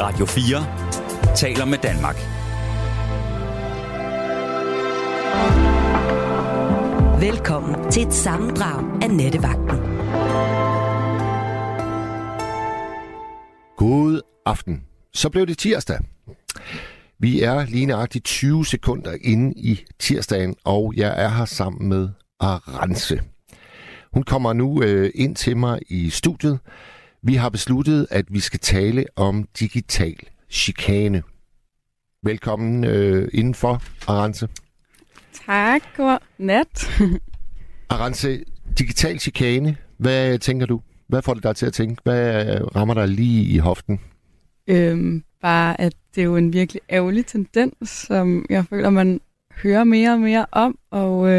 Radio 4 taler med Danmark. Velkommen til et sammendrag af Nattevagten. God aften. Så blev det tirsdag. Vi er lige nøjagtigt 20 sekunder inde i tirsdagen, og jeg er her sammen med Arance. Hun kommer nu ind til mig i studiet. Vi har besluttet, at vi skal tale om digital chikane. Velkommen indenfor, Arance. Tak, god nat. Arance, digital chikane, hvad tænker du? Hvad får det dig til at tænke? Hvad rammer dig lige i hoften? Bare, at det er jo en virkelig ærgerlig tendens, som jeg føler, man hører mere og mere om. Og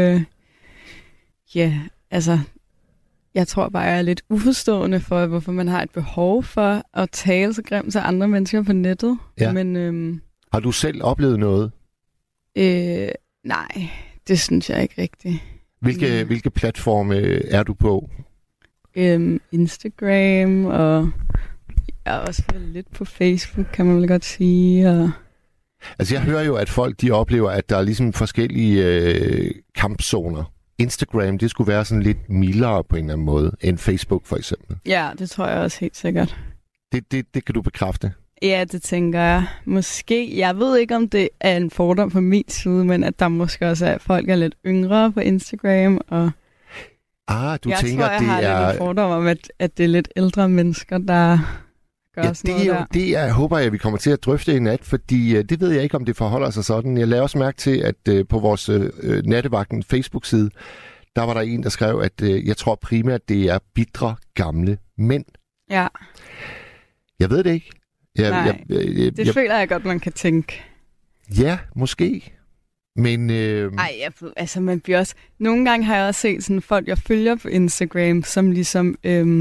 jeg tror bare, jeg er lidt uforstående for, hvorfor man har et behov for at tale så grimt til andre mennesker på nettet. Ja. Men, har du selv oplevet noget? Nej, det synes jeg ikke rigtigt. Hvilke platforme er du på? Instagram, og jeg er også lidt på Facebook, kan man vel godt sige. Og altså, jeg hører jo, at folk de oplever, at der er ligesom forskellige kampzoner. Instagram, det skulle være sådan lidt mildere på en eller anden måde, end Facebook for eksempel. Ja, det tror jeg også helt sikkert. Det kan du bekræfte? Ja, det tænker jeg. Måske, jeg ved ikke, om det er en fordom på min side, men at der måske også er, at folk er lidt yngre på Instagram. Og du jeg tænker, tror, jeg har lidt en fordom om, at det er lidt ældre mennesker, der gør sådan noget der. Det er, håber jeg, vi kommer til at drøfte i nat, fordi det ved jeg ikke, om det forholder sig sådan. Jeg lader også mærke til, at på vores Nattevagten Facebook-side, der var der en, der skrev, at jeg tror primært, det er bitre gamle mænd. Ja. Jeg ved det ikke. Det føler jeg godt, man kan tænke. Ja, måske. Men man bliver også... Nogle gange har jeg også set sådan folk, jeg følger på Instagram, som ligesom...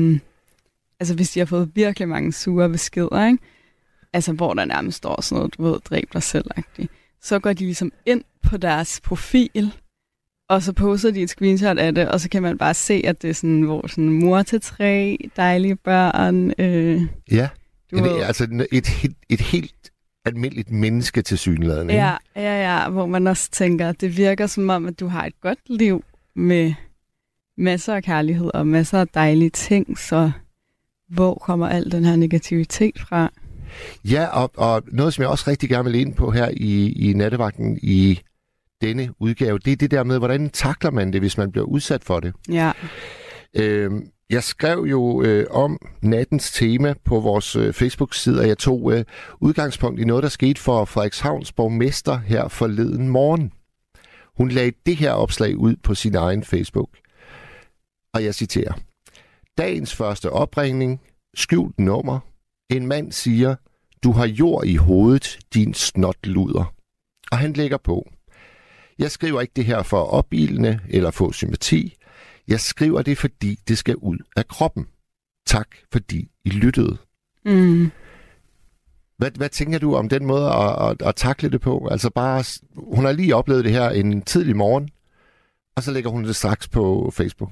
hvis de har fået virkelig mange sure beskeder, ikke? Altså, hvor der nærmest står sådan noget, du ved, dræb dig selv-agtigt. Så går de ligesom ind på deres profil, og så poster de et screenshot af det, og så kan man bare se, at det er sådan, hvor sådan mor til 3, dejlige børn. Ja, altså et helt almindeligt menneske til synligheden. Ja, hvor man også tænker, det virker som om, at du har et godt liv med masser af kærlighed og masser af dejlige ting, så hvor kommer al den her negativitet fra? Ja, og noget, som jeg også rigtig gerne vil ind på her i Nattevagten i denne udgave, det er det der med, hvordan takler man det, hvis man bliver udsat for det. Ja. Jeg skrev jo om nattens tema på vores Facebook-side, og jeg tog udgangspunkt i noget, der skete for Frederikshavns borgmester her forleden morgen. Hun lagde det her opslag ud på sin egen Facebook. Og jeg citerer: Dagens første opringning, skjult nummer. En mand siger, du har jord i hovedet, din snotluder. Og han lægger på: Jeg skriver ikke det her for at opildne eller få sympati. Jeg skriver det, fordi det skal ud af kroppen. Tak, fordi I lyttede. Mm. Hvad tænker du om den måde at takle det på? Altså bare, hun har lige oplevet det her en tidlig morgen, og så lægger hun det straks på Facebook.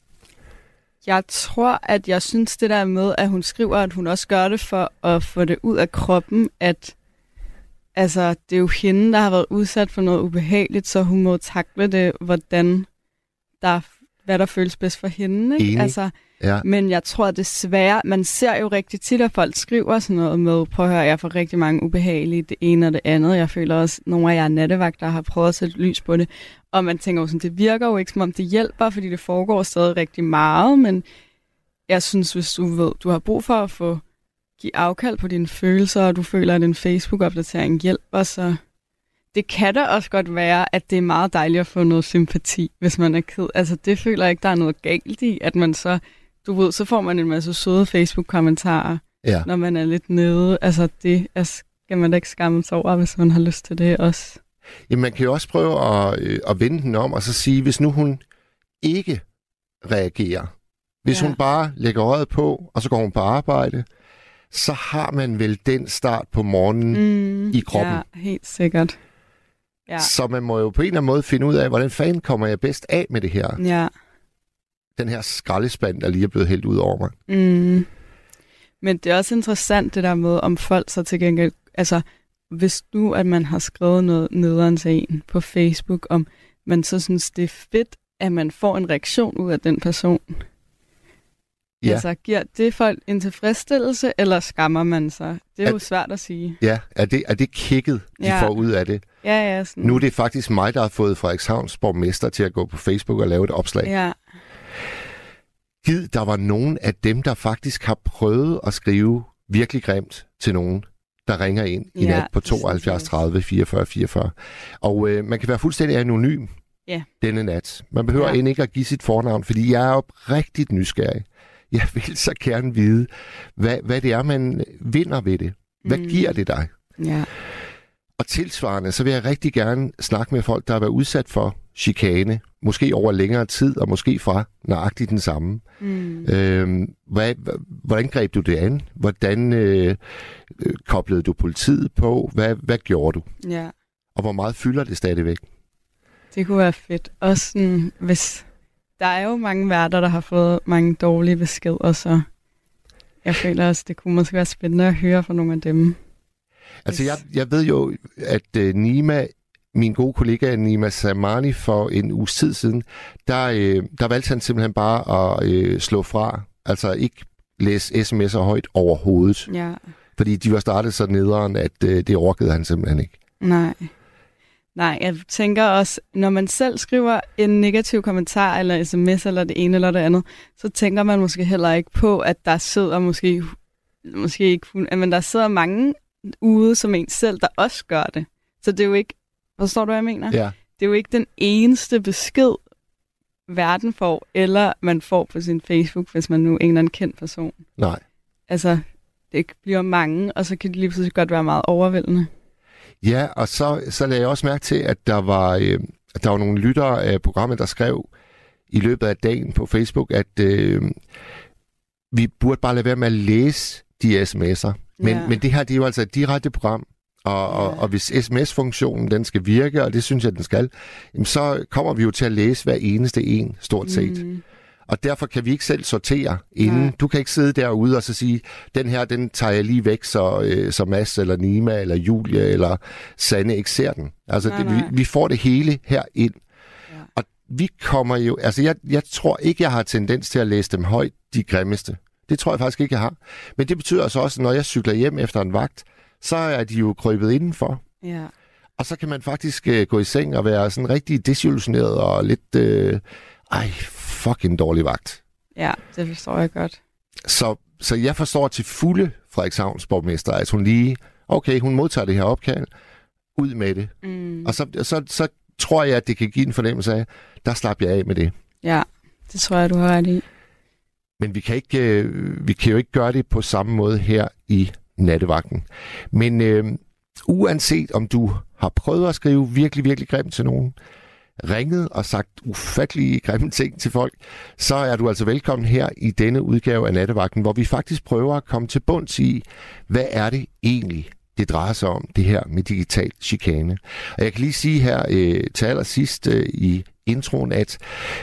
Jeg tror, at jeg synes det der med, at hun skriver, at hun også gør det for at få det ud af kroppen, at altså, det er jo hende, der har været udsat for noget ubehageligt, så hun må takle det, hvad der føles bedst for hende. Ikke? Altså, ja. Men jeg tror desværre, man ser jo rigtig tit, at folk skriver sådan noget med, prøv at høre, jeg får rigtig mange ubehagelige, det ene og det andet. Jeg føler også, nogle af jer nattevagter har prøvet at sætte lys på det, og man tænker jo sådan, det virker jo ikke, som om det hjælper, fordi det foregår stadig rigtig meget, men jeg synes, hvis du ved, du har brug for at give afkald på dine følelser, og du føler, at en Facebook-opdatering hjælper, så det kan da også godt være, at det er meget dejligt at få noget sympati, hvis man er ked. Altså, det føler jeg ikke, der er noget galt i, at man så, du ved, så får man en masse søde Facebook-kommentarer, når man er lidt nede. Altså, det skal man da ikke skamme sig over, hvis man har lyst til det også. Jamen, man kan jo også prøve at vende den om, og så sige, hvis nu hun ikke reagerer, hvis hun bare lægger øjet på, og så går hun på arbejde, så har man vel den start på morgenen i kroppen. Ja, helt sikkert. Ja. Så man må jo på en eller anden måde finde ud af, hvordan fanden kommer jeg bedst af med det her? Ja. Den her skraldespand, der lige er blevet hældt ud over mig. Mm. Men det er også interessant det der med, om folk så til gengæld, altså hvis nu, at man har skrevet noget nederen til en på Facebook, om man så synes, det er fedt, at man får en reaktion ud af den person. Ja. Altså, giver det folk en tilfredsstillelse, eller skammer man sig? Det er jo svært at sige. Ja, er det kicket, de får ud af det? Ja. Sådan. Nu er det faktisk mig, der har fået Frederikshavns borgmester til at gå på Facebook og lave et opslag. Ja. Gid, der var nogen af dem, der faktisk har prøvet at skrive virkelig grimt til nogen, der ringer ind i nat på 72 30 44 44. Og man kan være fuldstændig anonym denne nat. Man behøver end ikke at give sit fornavn, fordi jeg er oprigtigt nysgerrig. Jeg vil så gerne vide, hvad det er, man vinder ved det. Hvad giver det dig? Ja. Og tilsvarende, så vil jeg rigtig gerne snakke med folk, der har været udsat for chikane, måske over længere tid, og måske fra nøjagtigt den samme. Hvordan greb du det an? Hvordan koblede du politiet på? Hvad gjorde du? Ja. Og hvor meget fylder det stadigvæk? Det kunne være fedt. Også sådan, hvis der er jo mange værter, der har fået mange dårlige beskeder, så jeg føler også, det kunne måske være spændende at høre fra nogle af dem. Altså, jeg ved jo, at Nima, min gode kollega Nima Samani, for en uges tid siden, der valgte han simpelthen bare at slå fra. Altså ikke læse sms'er højt overhovedet. Ja. Fordi de var startet så nederen, at det orkede han simpelthen ikke. Nej, jeg tænker også, når man selv skriver en negativ kommentar, eller sms, eller det ene eller det andet, så tænker man måske heller ikke på, at der sidder måske ikke, men der sidder mange ude som en selv, der også gør det. Så det er jo ikke, forstår du, hvad jeg mener? Ja. Det er jo ikke den eneste besked, verden får, eller man får på sin Facebook, hvis man nu er en eller anden kendt person. Nej. Altså, det bliver mange, og så kan det lige pludselig godt være meget overvældende. Ja, og så lagde jeg også mærke til, at der var nogle lyttere af programmet, der skrev i løbet af dagen på Facebook, at vi burde bare lade være med at læse de sms'er. Men det her, det er jo altså et direkte program, og hvis sms-funktionen den skal virke, og det synes jeg, den skal, så kommer vi jo til at læse hver eneste en, stort set. Og derfor kan vi ikke selv sortere inden. Nej. Du kan ikke sidde derude og så sige, den her, den tager jeg lige væk, så Mads eller Nima eller Julia eller Sanne ikke ser den. Altså, vi får det hele her ind. Ja. Og vi kommer jo... Altså, jeg tror ikke, jeg har tendens til at læse dem højt, de grimmeste. Det tror jeg faktisk ikke, jeg har. Men det betyder så også, at når jeg cykler hjem efter en vagt, så er de jo krøbet indenfor. Ja. Og så kan man faktisk gå i seng og være sådan rigtig desillusioneret og lidt... fucking dårlig vagt. Ja, det forstår jeg godt. Så jeg forstår til fulde Frederikshavns borgmester, at hun lige, hun modtager det her opkald, ud med det. Og så tror jeg, at det kan give en fornemmelse af, der slap jeg af med det. Ja, det tror jeg, du har ret i. Men vi kan jo ikke gøre det på samme måde her i nattevagten. Men uanset om du har prøvet at skrive virkelig, virkelig grimt til nogen, ringet og sagt ufattelige grimme ting til folk, så er du altså velkommen her i denne udgave af Nattevagten, hvor vi faktisk prøver at komme til bunds i, hvad er det egentlig, det drejer sig om, det her med digital chikane. Og jeg kan lige sige her til allersidst i introen, at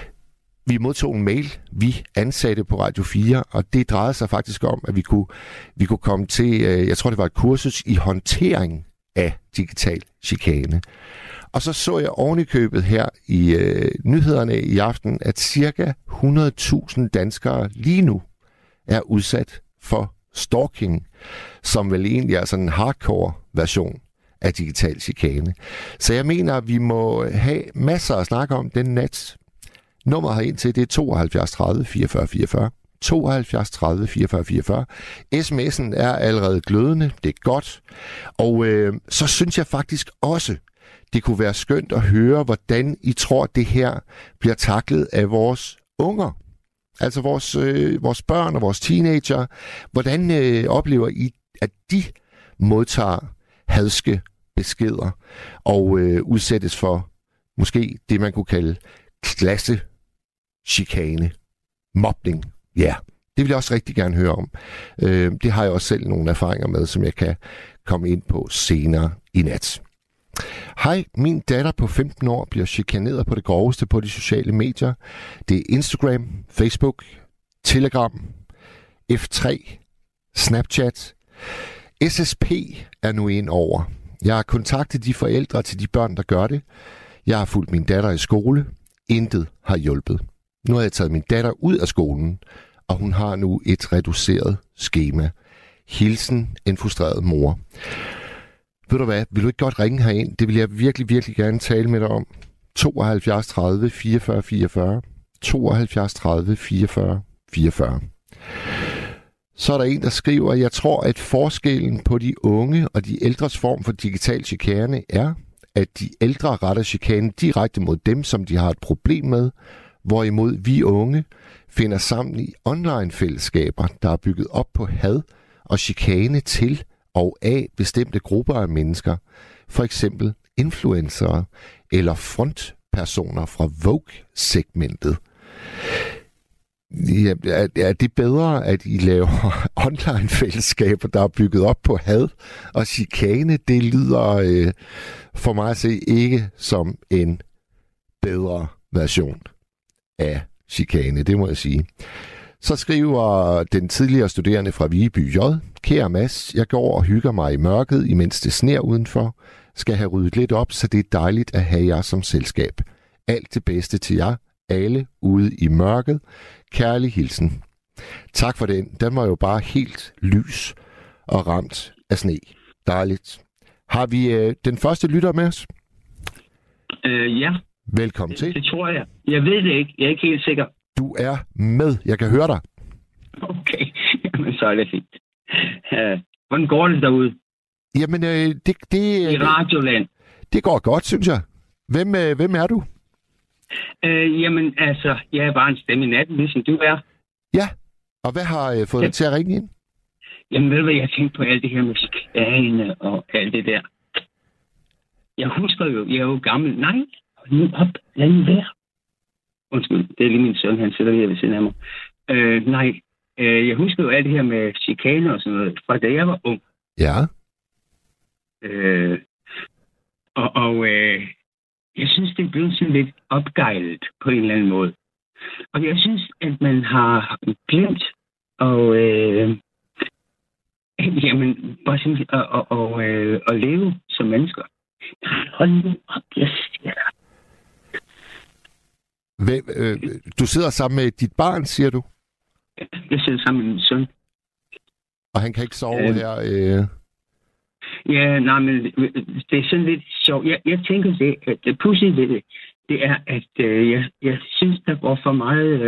vi modtog en mail, vi ansatte på Radio 4, og det drejede sig faktisk om, at vi kunne komme til, jeg tror det var et kursus i håndtering af digital chikane. Og så jeg oven i købet her i nyhederne i aften, at cirka 100.000 danskere lige nu er udsat for stalking, som vel egentlig er sådan en hardcore version af digital chikane. Så jeg mener, at vi må have masser at snakke om den nat. Nummeret herind til, det er 72 30 44 44. 72 30 44 44. SMS'en er allerede glødende, det er godt. Og så synes jeg faktisk også, det kunne være skønt at høre, hvordan I tror, det her bliver taklet af vores unger. Altså vores børn og vores teenager. Hvordan oplever I, at de modtager hadske beskeder og udsættes for måske det, man kunne kalde klassechikane, mobning. Ja, det vil jeg også rigtig gerne høre om. Det har jeg også selv nogle erfaringer med, som jeg kan komme ind på senere i nat. Hej, min datter på 15 år bliver chikaneret på det groveste på de sociale medier. Det er Instagram, Facebook, Telegram, F3, Snapchat. SSP er nu ind over. Jeg har kontaktet de forældre til de børn, der gør det. Jeg har fulgt min datter i skole. Intet har hjulpet. Nu har jeg taget min datter ud af skolen, og hun har nu et reduceret skema. Hilsen en frustreret mor. Ved du hvad? Vil du ikke godt ringe herind? Det vil jeg virkelig, virkelig gerne tale med dig om. 72 30 44 44. 72 30 44 44. Så er der en, der skriver, jeg tror, at forskellen på de unge og de ældres form for digital chikane er, at de ældre retter chikanen direkte mod dem, som de har et problem med, hvorimod vi unge finder sammen i online-fællesskaber, der er bygget op på had og chikane til og af bestemte grupper af mennesker, for eksempel influencere eller frontpersoner fra Vogue-segmentet. Ja, er det bedre, at I laver online-fællesskaber, der er bygget op på had og chikane? Det lyder for mig at se ikke som en bedre version af chikane, det må jeg sige. Så skriver den tidligere studerende fra Viby J. Kære Mads, jeg går og hygger mig i mørket, imens det sner udenfor. Skal have ryddet lidt op, så det er dejligt at have jer som selskab. Alt det bedste til jer, alle ude i mørket. Kærlig hilsen. Tak for den. Den var jo bare helt lys og ramt af sne. Dejligt. Har vi den første lytter med os? Ja. Velkommen til. Det tror jeg. Jeg ved det ikke. Jeg er ikke helt sikker. Du er med. Jeg kan høre dig. Okay. Jamen, så er det fint. Hvordan går det derude? Jamen, I Radioland. Det går godt, synes jeg. Hvem er du? Jamen, altså, jeg er bare en stemme i natten, ligesom du er. Ja, og hvad har fået dig til at ringe ind? Jamen, ved du hvad, jeg tænkte på alt det her med chikane og alt det der. Jeg husker jo, jeg er jo gammel. Nej, hold nu op, lad nu være. Undskyld, det er lige min søn, han sidder lige ved siden af mig. Jeg husker jo alt det her med chikane og sådan noget, fra da jeg var ung. Ja. Jeg synes, det er blevet sådan lidt opgejlet på en eller anden måde. Og jeg synes, at man har glemt at leve som mennesker. Hold nu op, jeg siger dig. Du sidder sammen med dit barn, siger du? Jeg sidder sammen med min søn. Og han kan ikke sove her? Ja, nej, men det er sådan lidt sjovt. Jeg tænker, at det pudsige ved det er, at jeg synes, der går for meget...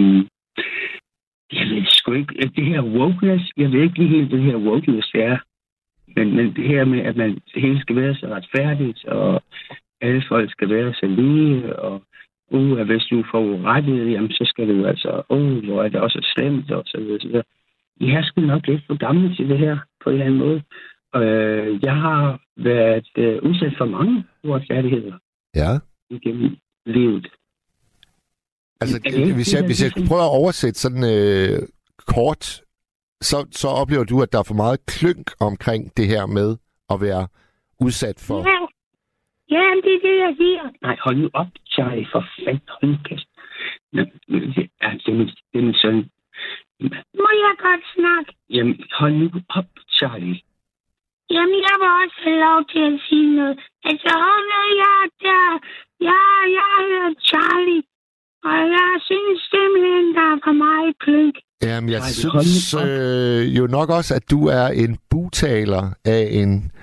jeg ved sgu ikke, det her wokeness, jeg ved ikke lige helt, det her wokeness det er. Men det her med, at man hele skal være så retfærdigt, og alle folk skal være så lige, og at hvis du får rettighed, jamen så skal du altså, hvor er det også slemt, og så videre. Jeg er sgu nok lidt for gammel til det her, på en eller anden måde. Jeg har været udsat for mange uretfærdigheder. Ja. Igennem livet. Altså, hvis jeg skulle prøve at oversætte sådan kort, så oplever du, at der er for meget klynk omkring det her med at være udsat for... Ja, det er det, jeg siger. Nej, hold nu op, Charlie, for fanden, hold nu kæft. Det er min søn. Må jeg godt snakke? Jamen, hold nu op, Charlie. Jamen, jeg vil også have lov til at sige noget. Altså, jeg hedder Charlie, og jeg synes simpelthen, der er for meget kløk. Jamen, jeg synes jo nok også, at du er en bugtaler af en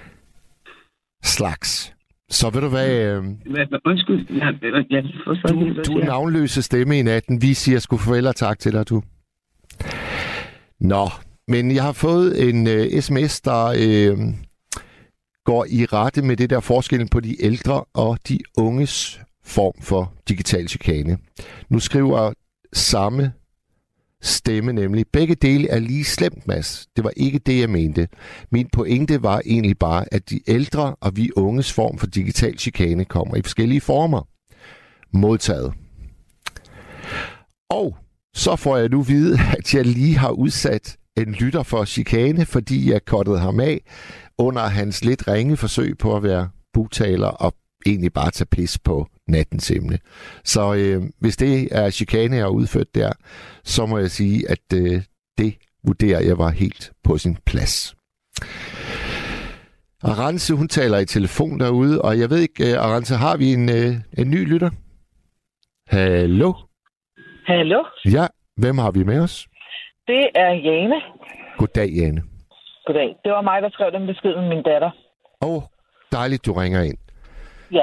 slags. Så ved du hvad... Undskyld. Du er navnløse stemme i natten. Vi siger sgu farvel og tak til dig, du. Nå, men jeg har fået en sms, der går i rette med det der forskellen på de ældre og de unges form for digital chikane. Nu skriver samme stemme nemlig, begge dele er lige slemt, Mads. Det var ikke det, jeg mente. Min pointe var egentlig bare, at de ældre og vi unges form for digital chikane kommer i forskellige former. Modtaget. Og så får jeg nu vide, at jeg lige har udsat en lytter for chikane, fordi jeg kottede ham af under hans lidt ringe forsøg på at være bugtaler og egentlig bare tage pis på nattens emne. Så hvis det er chikane, jeg har udført der, så må jeg sige, at det vurderer jeg var helt på sin plads. Arantxe, hun taler i telefon derude, og jeg ved ikke, Arantxe, har vi en ny lytter? Hallo? Hallo? Ja, hvem har vi med os? Det er Jane. Goddag, Jane. Goddag. Det var mig, der skrev den besked med min datter. Dejligt, du ringer ind. Ja.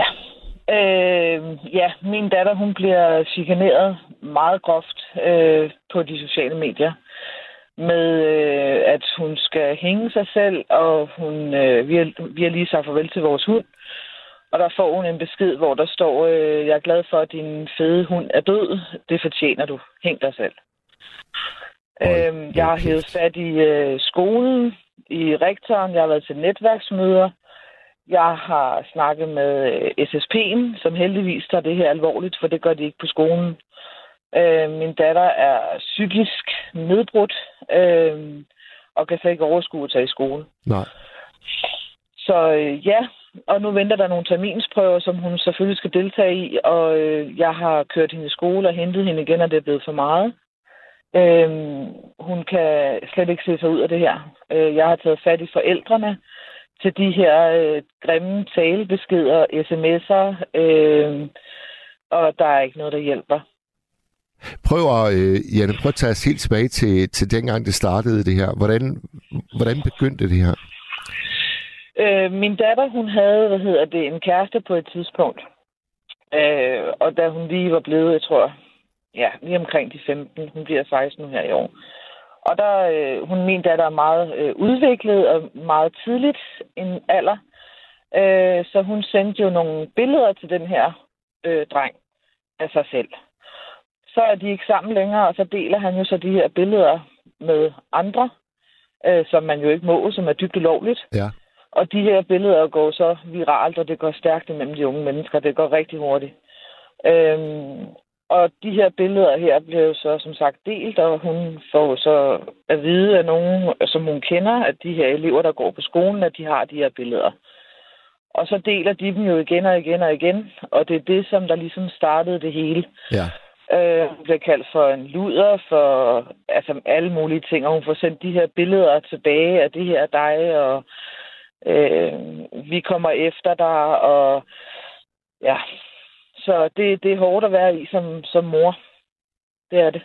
Min datter, hun bliver chikaneret meget groft på de sociale medier. Med at hun skal hænge sig selv, og vi har lige sagt farvel til vores hund. Og der får hun en besked, hvor der står, jeg er glad for, at din fede hund er død. Det fortjener du. Hæng dig selv. Jeg har hævet fat i skolen, i rektoren. Jeg har været til netværksmøder. Jeg har snakket med SSP'en, som heldigvis tager det her alvorligt, for det gør de ikke på skolen. Min datter er psykisk nedbrudt, og kan så ikke overskue at tage i skole. Nej. Så og nu venter der nogle terminsprøver, som hun selvfølgelig skal deltage i, og jeg har kørt hende i skole og hentet hende igen, og det er blevet for meget. Hun kan slet ikke se sig ud af det her. Jeg har taget fat i forældrene til de her grimme talebeskeder, sms'er, og der er ikke noget, der hjælper. Prøv at tage os helt tilbage til dengang, det startede det her. Hvordan begyndte det her? Min datter, hun havde, en kæreste på et tidspunkt. Og da hun lige var blevet, jeg tror, lige omkring de 15, hun bliver 16 nu her i år. Og der, min datter er meget udviklet og meget tidligt en alder. Så hun sendte jo nogle billeder til den her dreng af sig selv. Så er de ikke sammen længere, og så deler han jo så de her billeder med andre, som man jo ikke må, som er dybt ulovligt. Ja. Og de her billeder går så viralt, og det går stærkt imellem de unge mennesker. Det går rigtig hurtigt. Og de her billeder her bliver jo så som sagt delt, og hun får så at vide af nogen, som hun kender, at de her elever, der går på skolen, at de har de her billeder. Og så deler de dem jo igen og igen og igen, og det er det, som der ligesom startede det hele. Ja. Hun bliver kaldt for en luder, for altså alle mulige ting, og hun får sendt de her billeder tilbage af det her er dig, og vi kommer efter dig, og ja, så det er hårdt at være i som mor. Det er det.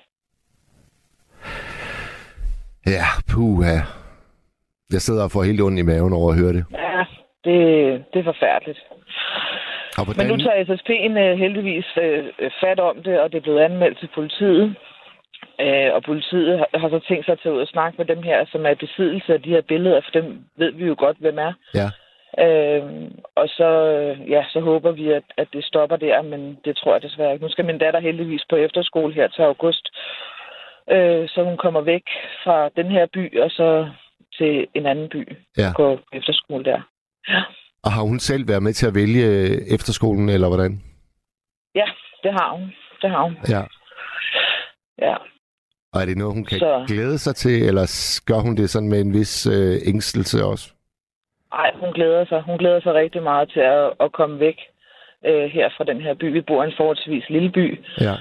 Ja, puha. Jeg sidder og får helt ondt i maven over at høre det. Ja, det er forfærdeligt. Men nu tager SSP'en heldigvis fat om det, og det er blevet anmeldt til politiet. Og politiet har så tænkt sig at tage ud og snakke med dem her, som er i besiddelse af de her billeder, for dem ved vi jo godt, hvem er. Ja. Og så håber vi, at det stopper der, men det tror jeg desværre ikke. Nu skal min datter heldigvis på efterskole her til august, så hun kommer væk fra den her by, og så til en anden by på efterskole der. Ja. Og har hun selv været med til at vælge efterskolen, eller hvordan? Ja, det har hun. Ja. Ja. Og er det noget, hun kan glæde sig til, eller gør hun det sådan med en vis ængstelse også? Nej, hun glæder sig. Hun glæder sig rigtig meget til at komme væk her fra den her by. Vi bor i en forholdsvis lille by. Ja.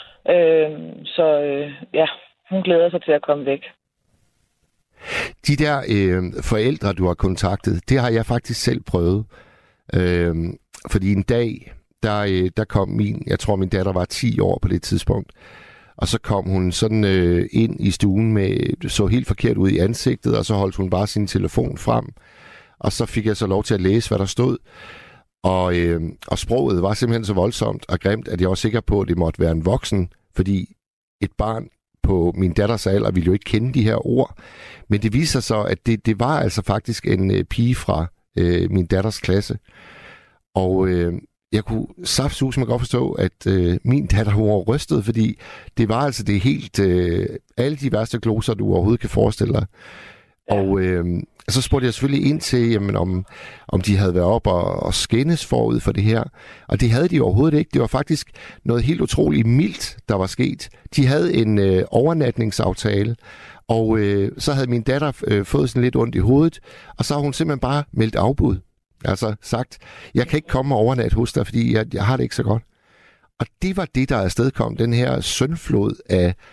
Hun glæder sig til at komme væk. De der forældre, du har kontaktet, det har jeg faktisk selv prøvet. Fordi en dag, der kom jeg tror min datter var 10 år på det tidspunkt, og så kom hun sådan ind i stuen så helt forkert ud i ansigtet, og så holdt hun bare sin telefon frem, og så fik jeg så lov til at læse, hvad der stod. Og sproget var simpelthen så voldsomt og grimt, at jeg var sikker på, at det måtte være en voksen, fordi et barn på min datters alder ville jo ikke kende de her ord. Men det viser så, at det var altså faktisk en pige fra min datters klasse. Og jeg kunne saftsuseme godt forstå, at min datter var rystet, fordi det var altså det helt alle de værste gloser, du overhovedet kan forestille dig. Ja. Og så spurgte jeg selvfølgelig ind til, jamen, om de havde været op og skændes forud for det her. Og det havde de overhovedet ikke. Det var faktisk noget helt utroligt mildt, der var sket. De havde en overnatningsaftale, og så havde min datter fået sådan lidt ondt i hovedet, og så har hun simpelthen bare meldt afbud. Altså sagt, jeg kan ikke komme og overnatte hos dig, fordi jeg har det ikke så godt. Og det var det, der afstedkom den her syndflod af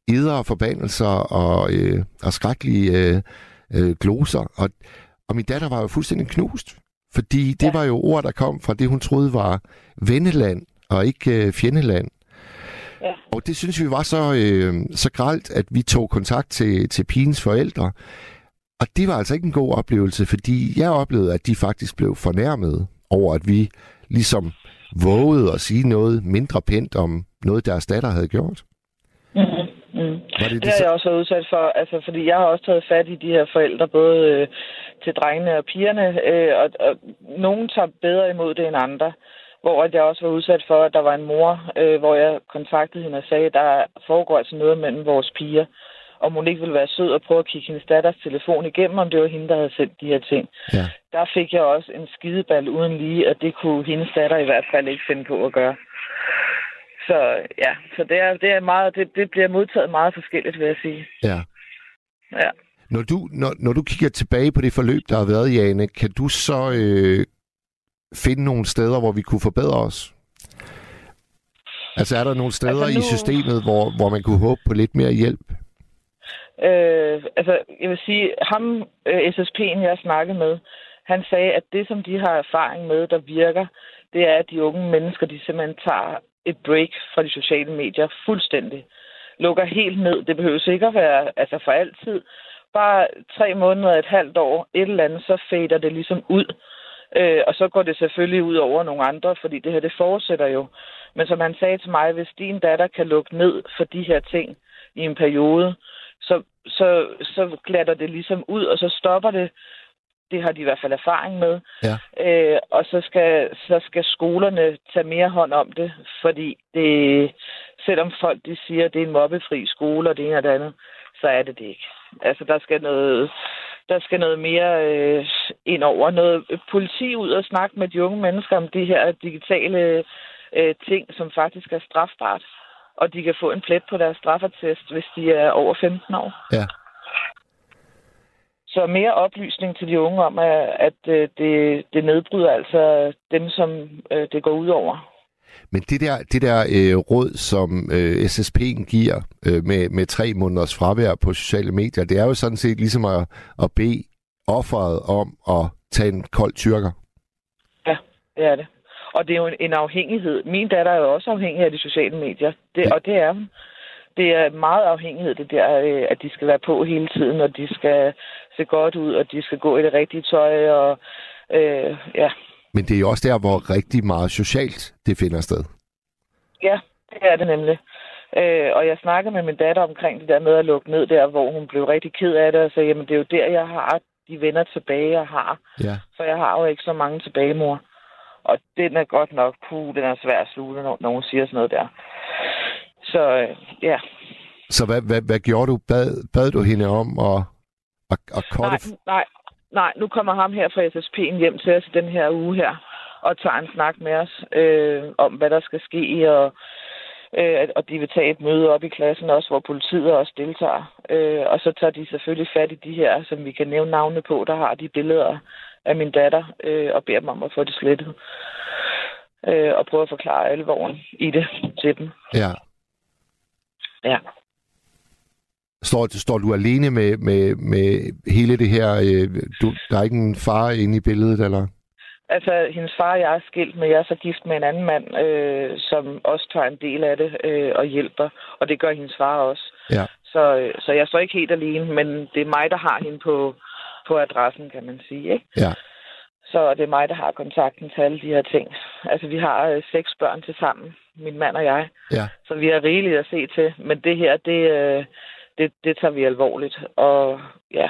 eder og forbandelser og skrækkelige gloser. Og min datter var jo fuldstændig knust, fordi det var jo ord, der kom fra det, hun troede var venneland og ikke fjendeland. Ja. Og det synes vi var så grelt, at vi tog kontakt til pigens forældre. Og det var altså ikke en god oplevelse, fordi jeg oplevede, at de faktisk blev fornærmet over, at vi ligesom vågede at sige noget mindre pænt om noget, deres datter havde gjort. Mm-hmm. Mm. Det har jeg også været udsat for, altså, fordi jeg har også taget fat i de her forældre, både til drengene og pigerne, og nogen tager bedre imod det end andre. Hvor jeg også var udsat for, at der var en mor, hvor jeg kontaktede hende og sagde, at der foregår altså noget mellem vores piger, om hun ikke ville være sød og prøve at kigge hendes datters telefon igennem, om det var hende, der havde sendt de her ting. Ja. Der fik jeg også en skideball uden lige, og det kunne hendes datter i hvert fald ikke finde på at gøre. Så ja, så det er meget, det bliver modtaget meget forskelligt, vil jeg sige. Ja. Ja. Når du kigger tilbage på det forløb, der har været, Jane, kan du så finde nogle steder, hvor vi kunne forbedre os? Altså er der nogle steder i systemet, hvor man kunne håbe på lidt mere hjælp? Jeg vil sige, ham SSP'en, jeg snakkede med, han sagde, at det, som de har erfaring med, der virker, det er, at de unge mennesker, de simpelthen tager et break fra de sociale medier fuldstændig. Lukker helt ned. Det behøver ikke at være for altid. Bare 3 måneder, et halvt år, et eller andet, så fader det ligesom ud. Og så går det selvfølgelig ud over nogle andre, fordi det her, det fortsætter jo. Men som han sagde til mig, hvis din datter kan lukke ned for de her ting i en periode, så glatter det ligesom ud, og så stopper det. Det har de i hvert fald erfaring med. Ja. Og så skal skolerne tage mere hånd om det, fordi selvom folk de siger, at det er en mobbefri skole, og det ene og det andet, så er det ikke. Altså, der skal noget mere ind over. Noget politi ud og snakke med de unge mennesker om de her digitale ting, som faktisk er strafbart. Og de kan få en plet på deres straffetest, hvis de er over 15 år. Ja. Så mere oplysning til de unge om, at det nedbryder altså dem, som det går ud over. Men det der råd, som SSP'en giver med 3 måneders fravær på sociale medier, det er jo sådan set ligesom at bede offeret om at tage en kold tyrker. Ja, det er det. Og det er jo en afhængighed. Min datter er jo også afhængig af de sociale medier, og det er hun. Det er meget afhængighed, det der, at de skal være på hele tiden, og de skal se godt ud, og de skal gå i det rigtige tøj, og ja. Men det er jo også der, hvor rigtig meget socialt det finder sted. Ja, det er det nemlig. Og jeg snakkede med min datter omkring det der med at lukke ned der, hvor hun blev rigtig ked af det, og sagde, jamen det er jo der, jeg har de venner tilbage, jeg har. Ja. For jeg har jo ikke så mange tilbage, mor. Og den er godt nok, den er svær at sluge, når nogen siger sådan noget der. Så ja. Så hvad gjorde du? Bad du hende om at korte? Nej, nu kommer ham her fra SSP'en hjem til os den her uge her, og tager en snak med os om, hvad der skal ske, og de vil tage et møde op i klassen også, hvor politiet også deltager. Og så tager de selvfølgelig fat i de her, som vi kan nævne navnene på, der har de billeder af min datter, og beder dem om at få det slettet. Og prøve at forklare alvoren i det til dem. Ja. Ja. Står du alene med hele det her? Der er ikke en far inde i billedet, eller? Altså, hendes far og jeg er skilt, men jeg er så gift med en anden mand, som også tager en del af det og hjælper. Og det gør hendes far også. Ja. Så jeg står ikke helt alene, men det er mig, der har hende på adressen, kan man sige, ikke? Ja. Så det er mig, der har kontakten til alle de her ting. Altså, vi har 6 børn til sammen, min mand og jeg. Ja. Så vi har rigeligt at se til. Men det her, det tager vi alvorligt. Og ja.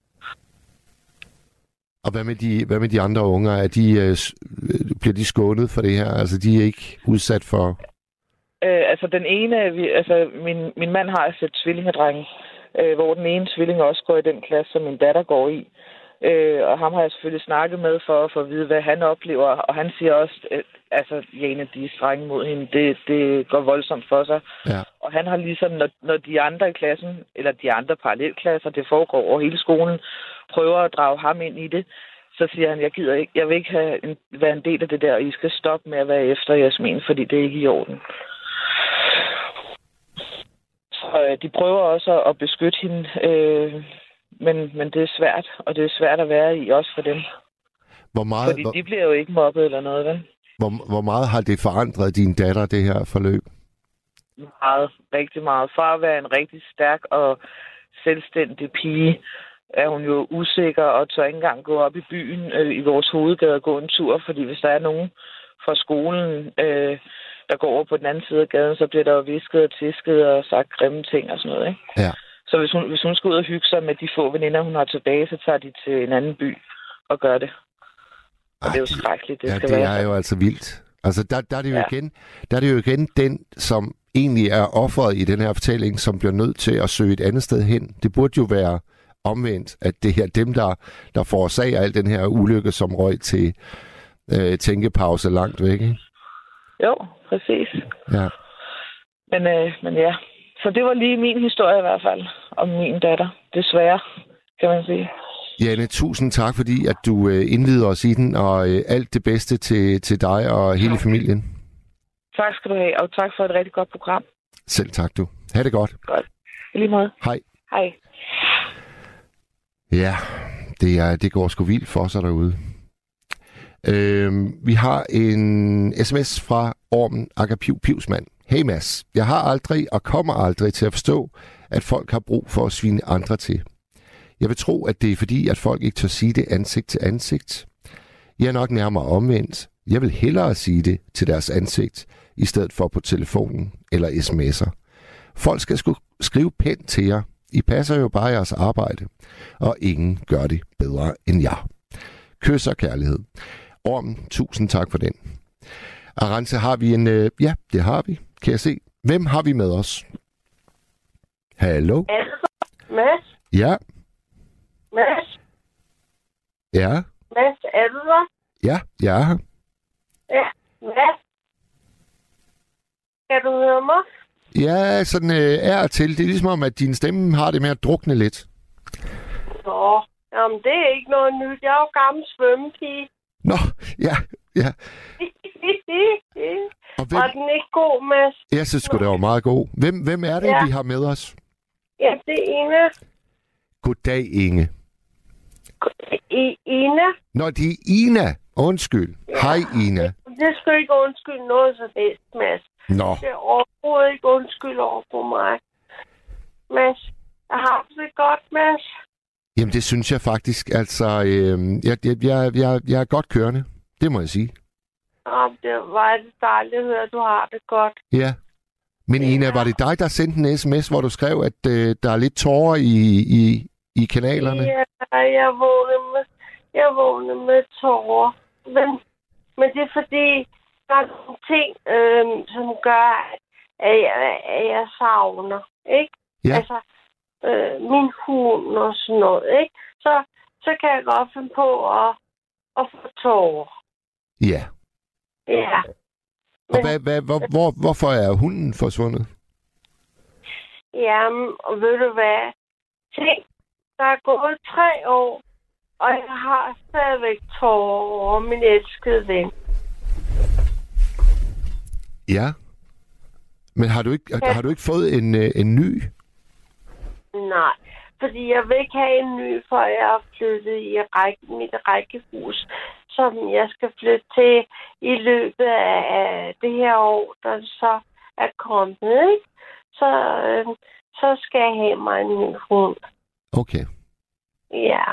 Og hvad med de andre unger? Bliver de skånet for det her? Altså, de er ikke udsat for... Altså, den ene... min mand har et sæt tvillingedrenge, hvor den ene tvilling også går i den klasse, som min datter går i. Og ham har jeg selvfølgelig snakket med for at vide, hvad han oplever. Og han siger også, Jane, de er strenge mod hende. Det går voldsomt for sig. Ja. Og han har ligesom, når de andre i klassen, eller de andre parallelklasser, det foregår over hele skolen, prøver at drage ham ind i det, så siger han, jeg vil ikke være en del af det der, og I skal stoppe med at være efter Jasmin, fordi det er ikke i orden. Så Og de prøver også at beskytte hende, men det er svært, og det er svært at være i, også for dem. Fordi de bliver jo ikke mobbet eller noget, vel? Hvor meget har det forandret din datter, det her forløb? Meget, rigtig meget. For at være en rigtig stærk og selvstændig pige, er hun jo usikker og tør ikke engang gå op i byen i vores hovedgade og gå en tur, fordi hvis der er nogen fra skolen, der går over på den anden side af gaden, så bliver der jo visket og tisket og sagt grimme ting og sådan noget, ikke? Ja. Så hvis hun skal ud og hygge sig med de få veninder, hun har tilbage, så tager de til en anden by og gør det. Og det er jo skrækkeligt, det skal være. Ja, det er jo altså vildt. Altså, der er det jo igen den, som egentlig er offeret i den her fortælling, som bliver nødt til at søge et andet sted hen. Det burde jo være omvendt, at det her dem, der forårsager al den her ulykke, som røg til tænkepause langt væk, ikke? Jo, præcis. Ja. Men ja, så det var lige min historie i hvert fald, om min datter. Desværre, kan man sige. Janne, tusind tak, fordi at du indvider os i den, og alt det bedste til dig og hele familien. Tak skal du have, og tak for et rigtig godt program. Selv tak, du. Ha' det godt. Godt. I lige måde. Hej. Hej. Ja, det går sgu vildt for sig derude. Vi har en sms fra Ormen Akapiv Pivsmand. Hey Mads, jeg har aldrig og kommer aldrig til at forstå, at folk har brug for at svine andre til. Jeg vil tro, at det er fordi, at folk ikke tør sige det ansigt til ansigt. Jeg er nok nærmere omvendt. Jeg vil hellere sige det til deres ansigt, i stedet for på telefonen eller sms'er. Folk skal skrive pænt til jer. I passer jo bare jeres arbejde, og ingen gør det bedre end jer. Kys og kærlighed. Ormen, tusind tak for den. Arantxa, har vi en... Ja, det har vi. Kan jeg se. Hvem har vi med os? Hallo? Mads? Ja. Mads? Ja? Mads, er du der? Ja, jeg er her. Ja, Mads? Kan du høre mig? Ja, sådan er til. Det er ligesom om, at din stemme har det med at drukne lidt. Nå, jamen det er ikke noget nyt. Jeg er jo gammel svømmepige. Nå, ja. Var den ikke god, Mads? Jeg synes sgu, det var meget god. Hvem er det, vi har med os? Ja, det er Ina. Goddag, Inge. Ina? Nå, det er Ina. Undskyld. Ja. Hej, Ina. Det skal ikke undskylde noget så helst, Mads. Nå. Det er overhovedet ikke undskyld over på mig. Mads, jeg har det godt, Mads. Jamen, det synes jeg faktisk. Altså, jeg er godt kørende. Det må jeg sige. Det var det dejligt at høre, at du har det godt. Ja. Men Ina, var det dig, der sendte en sms, hvor du skrev, at der er lidt tårer i kanalerne? Ja, jeg vågnede med tårer. Men det er fordi, der er nogle ting, som gør, at jeg savner, ikke? Ja. Altså, min hund og sådan noget, ikke? Så kan jeg godt finde på at få tårer. Ja. Ja. Og hvorfor er hunden forsvundet? Jamen, og ved du hvad? Tænk, der er gået 3 år, og jeg har stadigvæk tårer over min elskede ven. Ja. Men har du ikke fået en ny? Nej, fordi jeg vil ikke have en ny, før jeg har flyttet i mit rækkehus, som jeg skal flytte til i løbet af det her år, der så er kommet, ikke? Så skal jeg have mig en ny hund. Okay. Ja.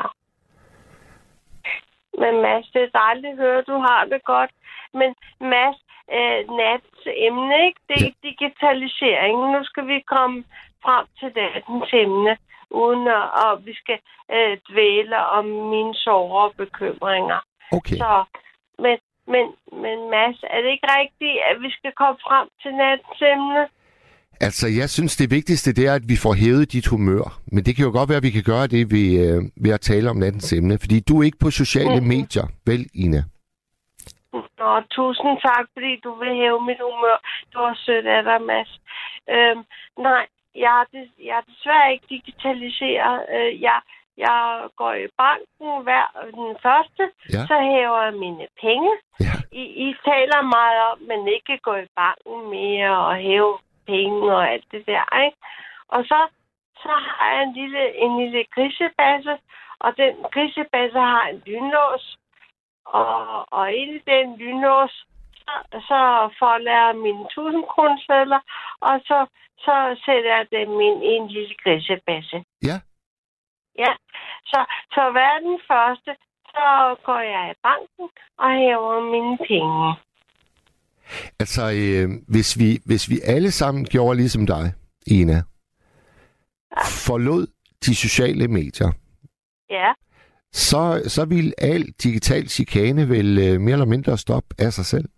Men Mads, det er dejligt at høre, at du har det godt. Men Mads, nattens emne, ikke? Det er digitalisering. Nu skal vi komme frem til nattens emne, uden at vi skal dvæle om mine sorger og bekymringer. Okay. Så, men Mads, er det ikke rigtigt, at vi skal komme frem til nattens emne? Altså, jeg synes, det vigtigste, det er, at vi får hævet dit humør. Men det kan jo godt være, at vi kan gøre det ved at tale om nattens emne. Fordi du er ikke på sociale medier, vel, Ina? Nå, tusind tak, fordi du vil hæve mit humør. Du var sødt af dig, Mads. Nej, jeg er desværre ikke digitaliseret. Jeg går i banken hver den første, så hæver jeg mine penge. Ja. I taler meget om, at man ikke går i banken mere og hæve penge og alt det der, ikke? Og så har jeg en lille grisebasse, og den grisebasse har en lynlås. Og inde i den lynlås, så folder jeg mine 1000-kronesedler, og så sætter jeg dem ind i en lille grisebasse. Ja. Ja, så hver den første, så går jeg i banken og hæver mine penge. Altså, hvis vi alle sammen gjorde ligesom dig, Ina, forlod de sociale medier, ja, så vil al digital chikane vel mere eller mindre stoppe af sig selv?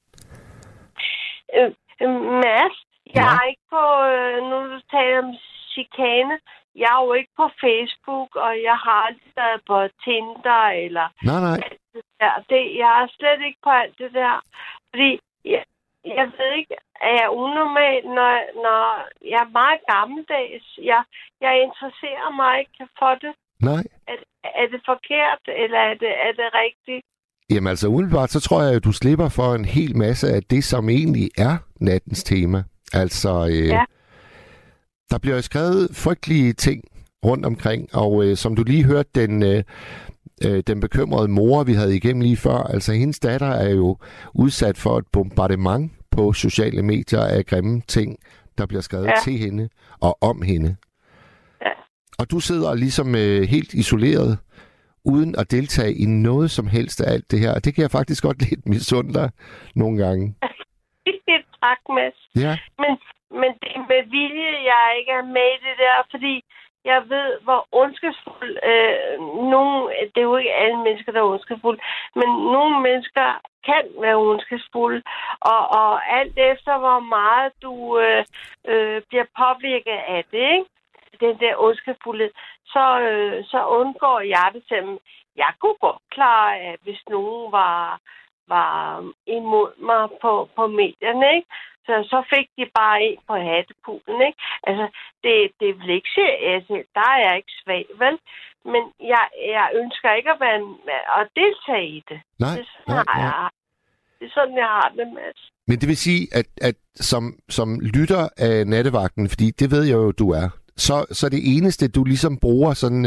Mads, jeg er ikke på, nu du taler om chikane, jeg er jo ikke på Facebook, og jeg har aldrig været på Tinder, eller... Nej. Jeg er slet ikke på alt det der, fordi jeg ved ikke, er jeg unormal, når jeg er meget gammeldags. Jeg interesserer mig ikke for det. Nej. Er det forkert, eller er det rigtigt? Jamen altså, umiddelbart, så tror jeg, at du slipper for en hel masse af det, som egentlig er nattens tema. Altså, der bliver skrevet frygtelige ting rundt omkring, og som du lige hørte, den bekymrede mor, vi havde igennem lige før, altså hendes datter er jo udsat for et bombardement på sociale medier af grimme ting, der bliver skrevet til hende og om hende. Ja. Og du sidder ligesom helt isoleret, uden at deltage i noget som helst af alt det her. Og det kan jeg faktisk godt lidt misunde dig nogle gange. Tak, Mads. Ja. Men det er med vilje, jeg ikke er med i det der, fordi jeg ved, hvor ondskabsfuld det er jo ikke alle mennesker, der er ondskabsfulde, men nogle mennesker kan være ondskabsfulde, og alt efter, hvor meget du bliver påvirket af det, ikke? Den der ondskabsfuldhed, så undgår jeg det simpelthen. Jeg kunne godt klare, at hvis nogen var imod mig på medierne, ikke? Så fik de bare en på hattepuden, ikke? Altså, det vil ikke se, altså, der er jeg ikke svag, vel? Men jeg ønsker ikke at deltage i det. Nej. Det er sådan, jeg har det, Mads. Men det vil sige, at som lytter af nattevagten, fordi det ved jeg jo, du er, så det eneste, du ligesom bruger sådan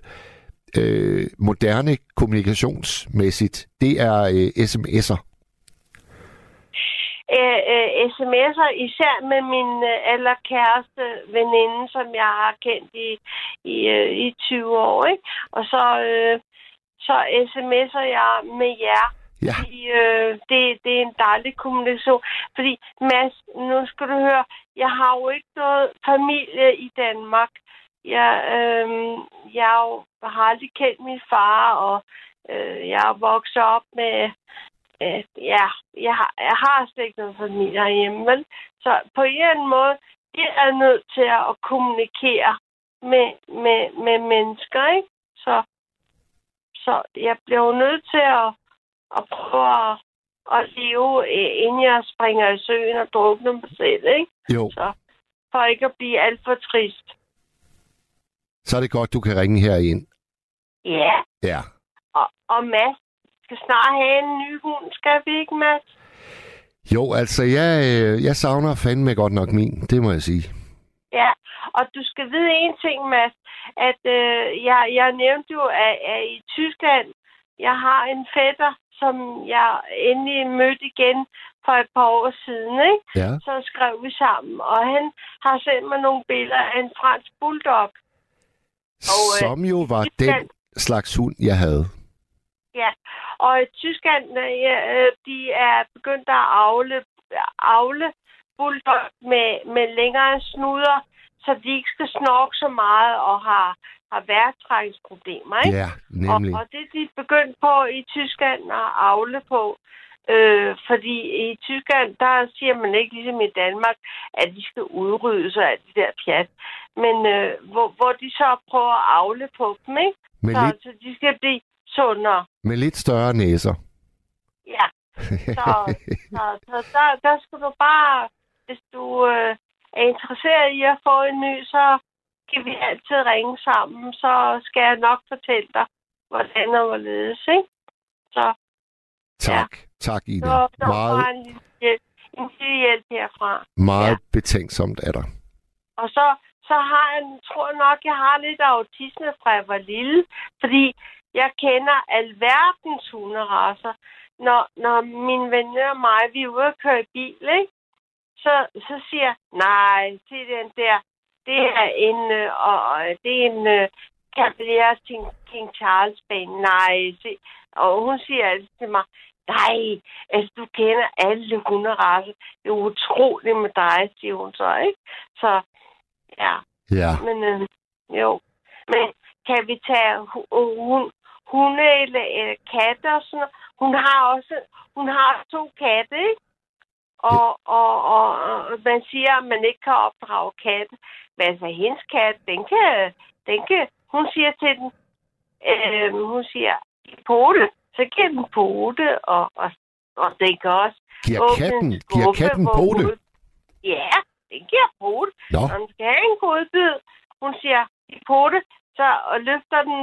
moderne kommunikationsmæssigt, det er sms'er. sms'er, især med min allerkæreste veninde, som jeg har kendt i 20 år, ikke? Og så sms'er jeg med jer. Ja. Det er en dejlig kommunikation. Fordi, Mads, nu skal du høre, jeg har jo ikke noget familie i Danmark. Jeg har aldrig kendt min far, og jeg er vokset op med... jeg har slet ikke noget familie herhjemme, vel? Så på en eller anden måde, det er nødt til at kommunikere med mennesker, ikke? Så jeg bliver nødt til at prøve at leve, inden jeg springer i søen og drukner mig selv, ikke? Jo. Så for ikke at blive alt for trist. Så er det godt, du kan ringe herind. Ja. Ja. Og Mads, skal snart have en ny hund, skal vi ikke, Mads? Jo, altså, jeg savner fandme godt nok min, det må jeg sige. Ja, og du skal vide en ting, Mads, at jeg nævnte jo, at i Tyskland, jeg har en fætter, som jeg endelig mødte igen for et par år siden, ikke? Ja. Så skrev vi sammen, og han har sendt mig nogle billeder af en fransk bulldog. Og, som jo var den slags hund, jeg havde. Ja, og i Tyskland, de er begyndt at avle bulldog med længere snuder, så de ikke skal snorke så meget og har vejrtrækningsproblemer, ikke? Ja, nemlig. Og det er de begyndt på i Tyskland at avle på. Fordi i Tyskland, der siger man ikke ligesom i Danmark, at de skal udrydde sig af de der pjat. Men hvor de så prøver at avle på dem, ikke? Så de skal blive sundere. Med lidt større næser. Ja. Så der skal du bare, hvis du er interesseret i at få en ny, så kan vi altid ringe sammen. Så skal jeg nok fortælle dig, hvordan og hvorledes, ikke? Så tak. Ja. Tak, Ida. Så meget en lille hjælp herfra. Meget betænksomt af dig. Og så så tror jeg nok, jeg har lidt autisme fra jeg var lille, fordi jeg kender alverdens hunderacer. Når mine venner og mig, vi er ude at køre i bil, ikke? Så siger jeg, nej, se den der, det er en Cavalier King Charles bane. Nej, se. Og hun siger altid til mig, nej, altså du kender alle hunderacer. Det er utroligt med dig, siger hun så, ikke? Så, ja. Ja. Men, jo. Men kan vi tage hunde eller katte og sådan noget? Hun har 2 katte, ikke? Og man siger, at man ikke kan opdrage katte. Men altså, hendes kat, den kan, hun siger til den, hun siger, pote, så giver den pote, og den kan også Giver katten pote? Ja, den giver pote. Nå. Når den skal have en godbid, hun siger, pote, så løfter den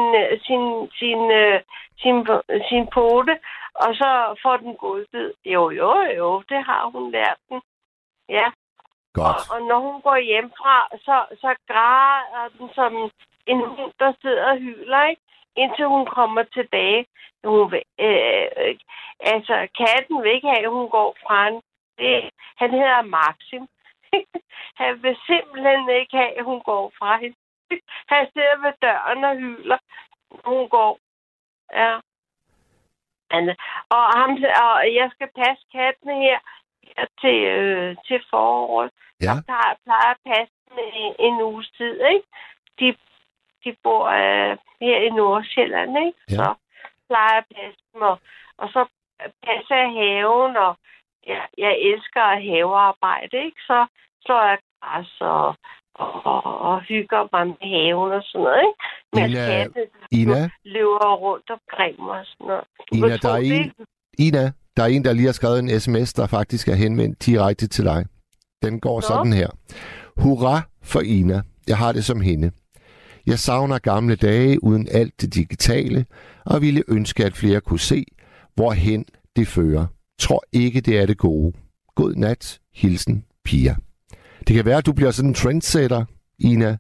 sin pote, og så får den godbid. Jo, det har hun lært den. Ja. Godt. Og når hun går hjemmefra, så græder den som en hund, der sidder og hyler, ikke? Indtil hun kommer tilbage. Altså, katten vil ikke have, at hun går fra hende. Han hedder Maxim. Han vil simpelthen ikke have, at hun går fra hende. Han sidder ved døren og hyler, når hun går. Ja. Og jeg skal passe kattene her til foråret. Ja. Jeg plejer at passe dem en uges tid, ikke? De bor her i Nordsjælland, ikke? Ja. Så plejer jeg at passe dem, og så passer jeg haven, og jeg elsker havearbejde, ikke? Så slår jeg græs og hygger mig med haven og sådan noget, ikke? Men katten løber rundt omkring mig og sådan noget. Ina, der er en, der lige har skrevet en sms, der faktisk er henvendt direkte til dig. Den går sådan her. Hurra for Ina. Jeg har det som hende. Jeg savner gamle dage uden alt det digitale, og ville ønske, at flere kunne se, hvorhen det fører. Tror ikke, det er det gode. God nat. Hilsen, Pia. Det kan være, at du bliver sådan en trendsetter, Ina.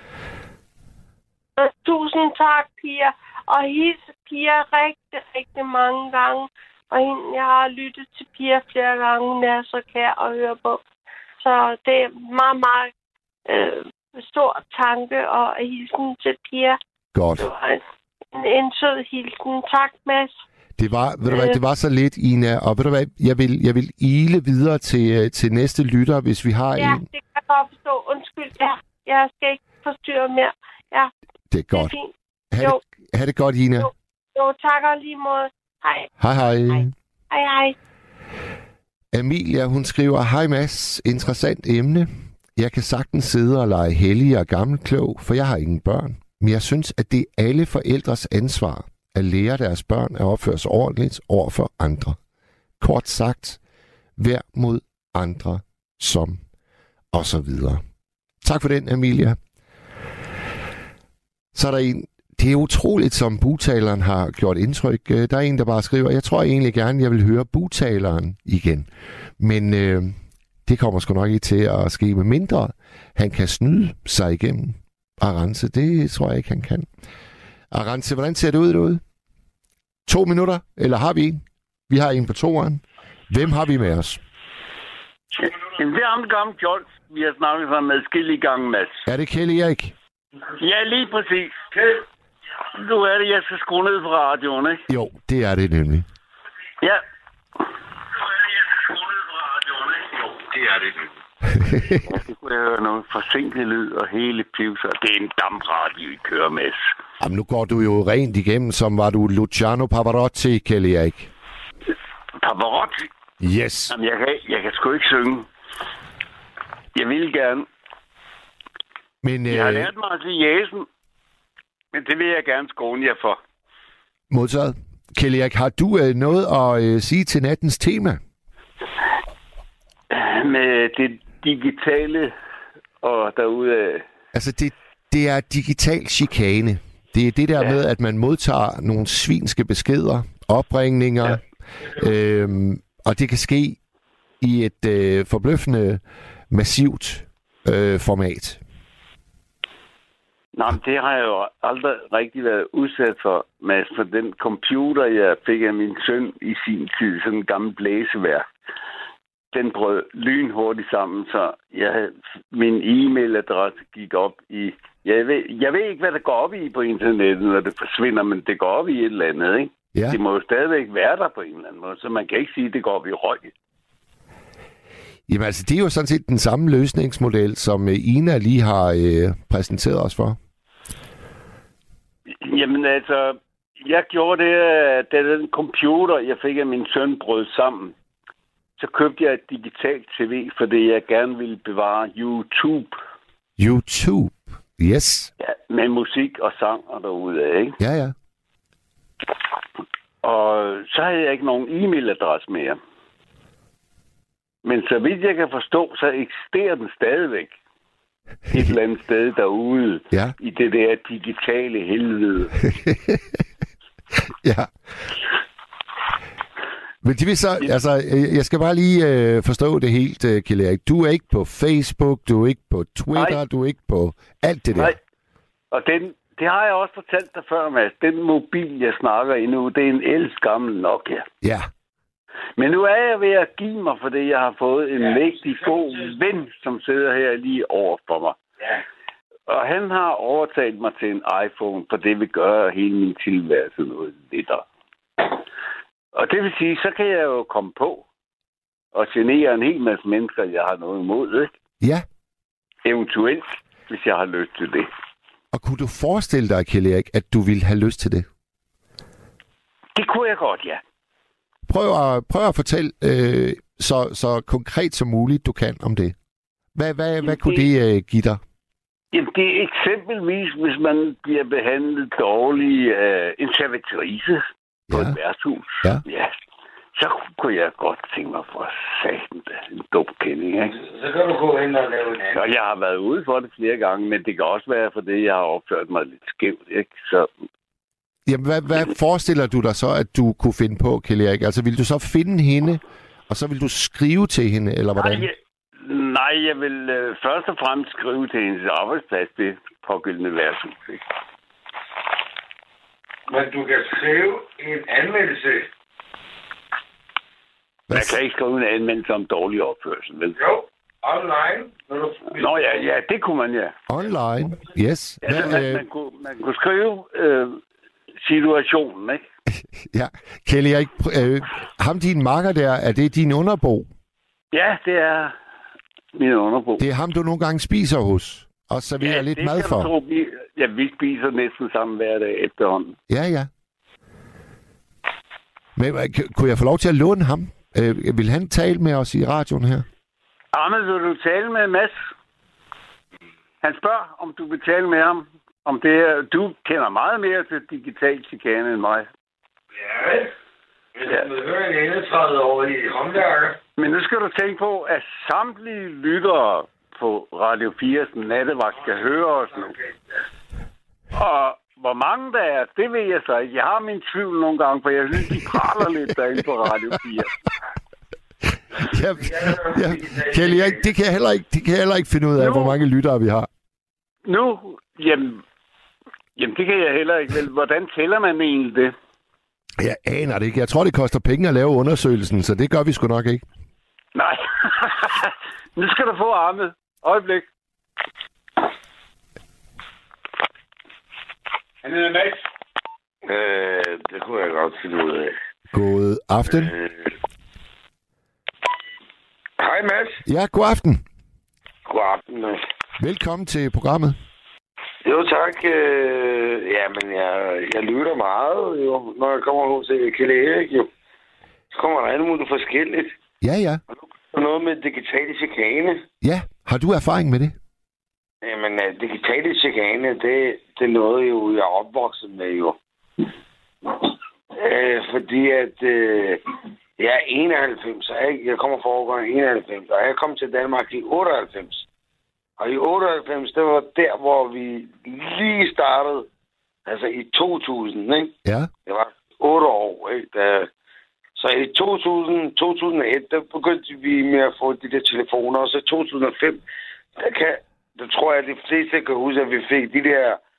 Tusind tak, Pia. Og hils Pia rigtig, rigtig mange gange. Og jeg har lyttet til Pia flere gange. Hun er så kær at høre på. Så det er meget, meget stor tanke og hilsen til Pia. Godt. Det var en sød hilsen. Tak, Mads. Det var så lidt, Ina, og ved du hvad, jeg vil ile videre til næste lytter, hvis vi har en. Ja, det kan jeg godt forstå. Undskyld, jeg skal ikke forstyrre mere. Ja, det er godt. Det er fint. Ha' det godt, Ina. Jo, tak og lige måde. Hej. Hej. Hej. Amelia, hun skriver, hej Mads, interessant emne. Jeg kan sagtens sidde og lege hellig og gammelklog, for jeg har ingen børn. Men jeg synes, at det er alle forældres ansvar at lære deres børn at opføre sig ordentligt over for andre. Kort sagt, vær mod andre som og så videre. Tak for den, Amelia. Så er der en, det er utroligt, som bugtaleren har gjort indtryk. Der er en, der bare skriver, jeg tror egentlig gerne, jeg vil høre bugtaleren igen. Men det kommer sgu nok ikke til at ske med mindre. Han kan snyde sig igennem Arance. Det tror jeg ikke, han kan. Arance, hvordan ser det ud derude? 2 minutter, eller har vi en? Vi har en på 2'eren. Hvem har vi med os? Det er ham gammel Jolt. Vi har snakket sammen med skille i gang, Mads. Er det Kjell Erik? Ja, lige præcis. Nu er det, jeg skal skrue ned på radioen, ikke? Jo, det er det nemlig. Ja. Det er det nemlig. Ja, det kunne jeg høre noget forsinket lyd og hele pivser. Det er en dampradio, I kører, Mads. Jamen, nu går du jo rent igennem, som var du Luciano Pavarotti, Kjell Erik. Pavarotti? Yes. Jamen, jeg kan sgu ikke synge. Jeg vil gerne. Men, jeg har lært mig at sige jæsen, men det vil jeg gerne skåne jer for. Modtaget. Kjell Erik, har du noget at sige til nattens tema? Med det digitale og derude. Altså, det er digital chikane. Det er det der med, at man modtager nogle svinske beskeder, opringninger, og det kan ske i et forbløffende massivt format. Nej, men det har jeg jo aldrig rigtig været udsat for, Mads, for den computer, jeg fik af min søn i sin tid, sådan en gammel blæseværk. Den brød lynhurtigt sammen, så min e-mailadresse gik op i... Jeg ved ikke, hvad der går op i på internettet, når det forsvinder, men det går op i et eller andet, ikke? Ja. Det må jo stadigvæk være der på en eller anden måde, så man kan ikke sige, at det går op i røg. Jamen altså, det er jo sådan set den samme løsningsmodel, som Ina lige har præsenteret os for. Jamen altså, jeg gjorde det, da den computer, jeg fik af min søn, brød sammen. Så købte jeg et digitalt tv, fordi jeg gerne ville bevare YouTube. YouTube, yes. Ja, med musik og sang og derudad, ikke? Ja, ja. Og så havde jeg ikke nogen e-mailadresse mere. Men så vidt jeg kan forstå, så eksisterer den stadigvæk et eller andet sted derude, ja. I det der digitale helvede. Ja. Men det vil så, altså, jeg skal bare lige forstå det helt, Kjell Erik. Du er ikke på Facebook, du er ikke på Twitter, nej. Du er ikke på alt det der. Nej, og det har jeg også fortalt dig før, Mads. Den mobil, jeg snakker i nu, det er en ældgammel Nokia. Ja. Men nu er jeg ved at give mig, fordi jeg har fået en rigtig god ven, som sidder her lige over for mig. Ja. Og han har overtalt mig til en iPhone, for det vil gøre hele min tilværelse noget lettere. Og det vil sige, så kan jeg jo komme på og genere en hel masse mennesker, jeg har noget imod, ikke? Ja. Eventuelt, hvis jeg har lyst til det. Og kunne du forestille dig, Kjell Erik, at du ville have lyst til det? Det kunne jeg godt, ja. Prøv at fortælle så konkret som muligt, du kan om det. Hvad kunne det give dig? Jamen, det er eksempelvis, hvis man bliver behandlet dårligt af en servitrice på et værtshus. Ja. Så kunne jeg godt tænke mig for satan en dum kending, ikke? Så kan du gå hen og lave en anden. Og jeg har været ude for det flere gange, men det kan også være, fordi jeg har opført mig lidt skævt, ikke? Så... Jamen, hvad forestiller du dig så, at du kunne finde på, Kjell Erik? Altså, vil du så finde hende, og så vil du skrive til hende, eller hvordan? Nej, jeg vil først og fremmest skrive til hendes arbejdsplads, det pågældende værtshus, ikke? Men du kan skrive en anmeldelse. Jeg kan ikke skrive en anmeldelse om dårlig opførsel, vel? Jo, online. Nå ja, det kunne man, ja. Online, yes. Ja, man kunne skrive situationen, ikke? Ja, Kjell Erik, ham din makker der, er det din underbo? Ja, det er min underbo. Det er ham, du nogle gange spiser hos, og serverer lidt mad for? Ja, vi spiser næsten sammen hver dag efterhånden. Ja. Men kunne jeg få lov til at låne ham? Vil han tale med os i radioen her? Arne, vil du tale med Mads? Han spørger, om du vil tale med ham. Om det er, du kender meget mere til digital chikane end mig. Ja, hvis du vil høre en indetræde over i håndværker. Men nu skal du tænke på, at samtlige lyttere på Radio 4's nattevagt skal høre os nu. Og hvor mange der er, det ved jeg så ikke. Jeg har min tvivl nogle gange, for jeg synes, de praler lidt derinde på Radio 4. Ja, Kjell Erik, det kan jeg heller ikke finde ud af, hvor mange lyttere vi har. Nu, jamen, det kan jeg heller ikke. Vel, hvordan tæller man egentlig det? Jeg aner det ikke. Jeg tror, det koster penge at lave undersøgelsen, så det gør vi sgu nok ikke. Nej. Nu skal du få armet. Øjeblik. Han hedder Mads. Det kunne jeg godt finde ud af. God aften. Hej, Mads. Ja, god aften. God aften, Mads. Velkommen til programmet. Jo, tak. Men jeg lytter meget, jo, når jeg kommer hos Kjell Erik, jo. Så kommer der alt muligt forskelligt. Ja. Og noget med digitale chikane. Ja, har du erfaring med det? Jamen, digitale chikane, det er noget, jo, jeg er opvokset med, jo. Fordi at jeg er 91, jeg kommer fra årgang 91, og jeg kom til Danmark i 98. Og i 98, det var der, hvor vi lige startede, altså i 2000, ikke? Ja. Det var 8 år, ikke? Så i 2001, der begyndte vi med at få de der telefoner, og så i 2005, der tror jeg, at de fleste kan huske, at vi fik de der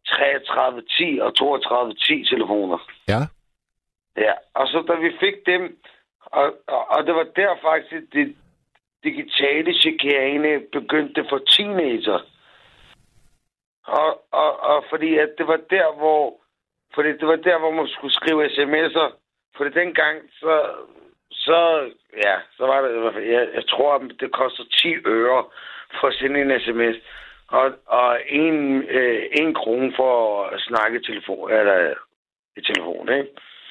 3310 og 3210 telefoner. Ja. Ja, og så da vi fik dem, og det var der faktisk det digitale chikane begyndte for teenager. Og fordi at det var der, hvor man skulle skrive sms'er. Fordi dengang, så var det, jeg tror, at det koster 10 øre for at sende en sms. Og 1 krone for at snakke i telefon, ikke?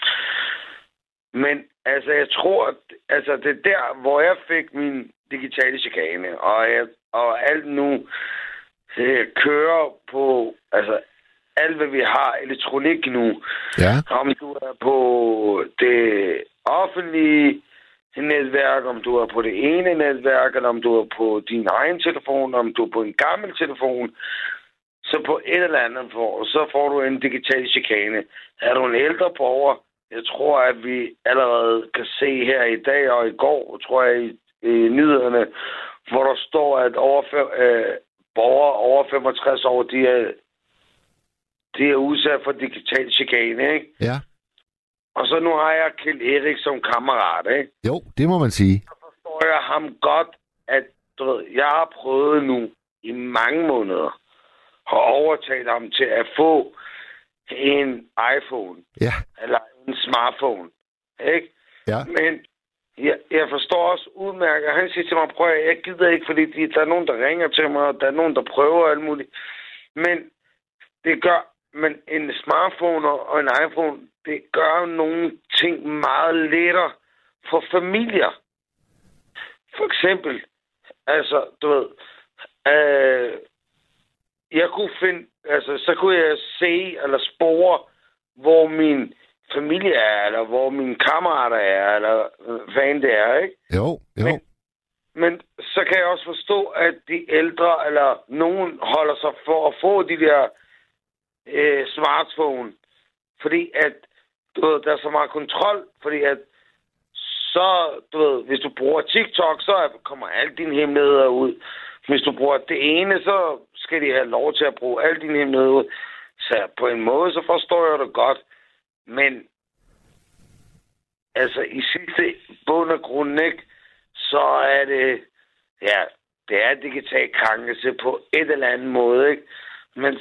Men altså, jeg tror, at det er der, hvor jeg fik min digitale chikane. Og alt nu kører på, altså alt, hvad vi har elektronik nu. Ja. Om du er på det offentlige netværk, om du er på det ene netværk, eller om du er på din egen telefon, om du er på en gammel telefon, så på et eller andet så får du en digital chikane. Er du en ældre borger, jeg tror, at vi allerede kan se her i dag og i går, tror jeg, i nyhederne, hvor der står, at borgere over 65 år, de er udsat for digital chikane, ikke? Ja. Og så nu har jeg Kjeld Erik som kammerat, ikke? Jo, det må man sige. Så forstår jeg ham godt, at jeg har prøvet nu i mange måneder at overtale ham til at få en iPhone. Ja. Eller en smartphone. Ikke? Ja. Men jeg forstår også udmærket. Han siger til mig, prøv at jeg gider ikke, fordi der er nogen, der ringer til mig, og der er nogen, der prøver alt muligt. Men men en smartphone og en iPhone, det gør nogle ting meget lettere for familier. For eksempel, altså, du ved, jeg kunne så kunne jeg se eller spore, hvor min familie er, eller hvor mine kammerater er, eller hvad end det er, ikke? Jo. Men så kan jeg også forstå, at de ældre, eller nogen holder sig for at få de der smartphone, fordi at der er så meget kontrol, fordi at så, hvis du bruger TikTok, så kommer alle dine hemmeligheder ud. Hvis du bruger det ene, så skal de have lov til at bruge alle dine hemmeligheder ud. Så på en måde, så forstår jeg det godt. Men altså i sidste bund og grund, ikke, så er det, det er digital krænkelse på et eller andet måde, ikke? Men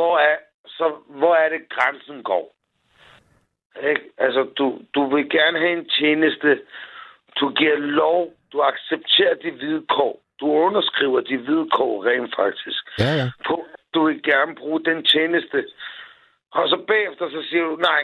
hvor er det grænsen går? Ikke? Altså, du vil gerne have en tjeneste. Du giver lov. Du accepterer de vilkår. Du underskriver de vilkår rent faktisk. Ja. Du vil gerne bruge den tjeneste. Og så bagefter så siger du, nej,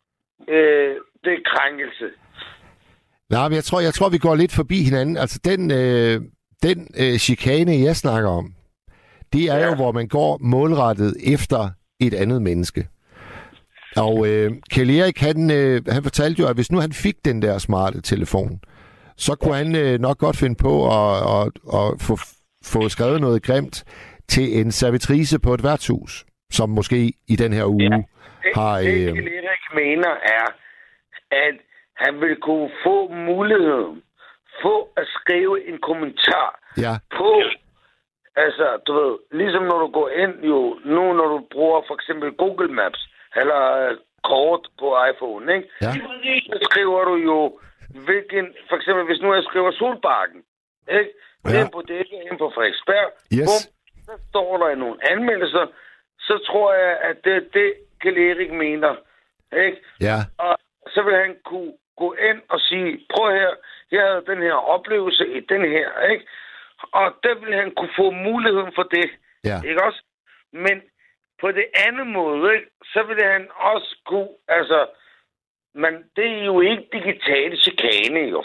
det er krænkelse. Nej, men jeg tror, vi går lidt forbi hinanden. Altså, den chikane, jeg snakker om, det er jo, hvor man går målrettet efter et andet menneske. Og Kjeld Erik, han fortalte jo, at hvis nu han fik den der smarte telefon, så kunne han nok godt finde på at få skrevet noget grimt til en servitrice på et værtshus, som måske i den her uge har... Det Kjeld Erik mener er, at han vil kunne få muligheden for at skrive en kommentar på... Altså, du ved, ligesom når du går ind jo, nu når du bruger for eksempel Google Maps, eller kort på iPhone, ikke? Ja. Så skriver du jo, for eksempel hvis nu jeg skriver Solbakken, ikke? Ja. Ind på det, ind på Frederiksberg, så står der nogle anmeldelser, så tror jeg, at det er det, Kjeld Erik mener, ikke? Ja. Og så vil han kunne gå ind og sige, prøv her, jeg havde den her oplevelse i den her, ikke? Og der vil han kunne få muligheden for det. Ja. Ikke også? Men på det andet måde, ikke, så vil han også kunne... Altså, men det er jo ikke digitale chikane, jo.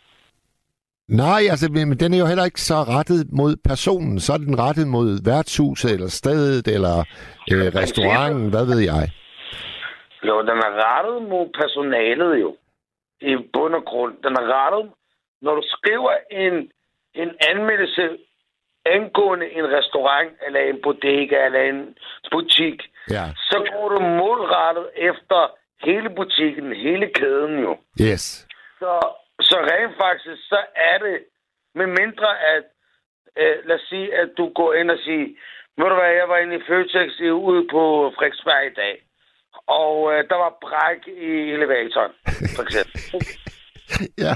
Nej, altså, men den er jo heller ikke så rettet mod personen. Så er den rettet mod værtshuset, eller stedet, eller restauranten, hvad ved jeg. Jo, den er rettet mod personalet, jo. I bund og grund. Den er rettet, når du skriver en anmeldelse angående en restaurant, eller en bodega, eller en butik, så går du målrettet efter hele butikken, hele kæden jo. Yes. Så rent faktisk, så er det, med mindre at, lad os sige, at du går ind og siger, Ved du hvad, jeg var inde i Føtex ude på Frederiksberg i dag. Og der var bræk i elevatoren, for eksempel. Ja.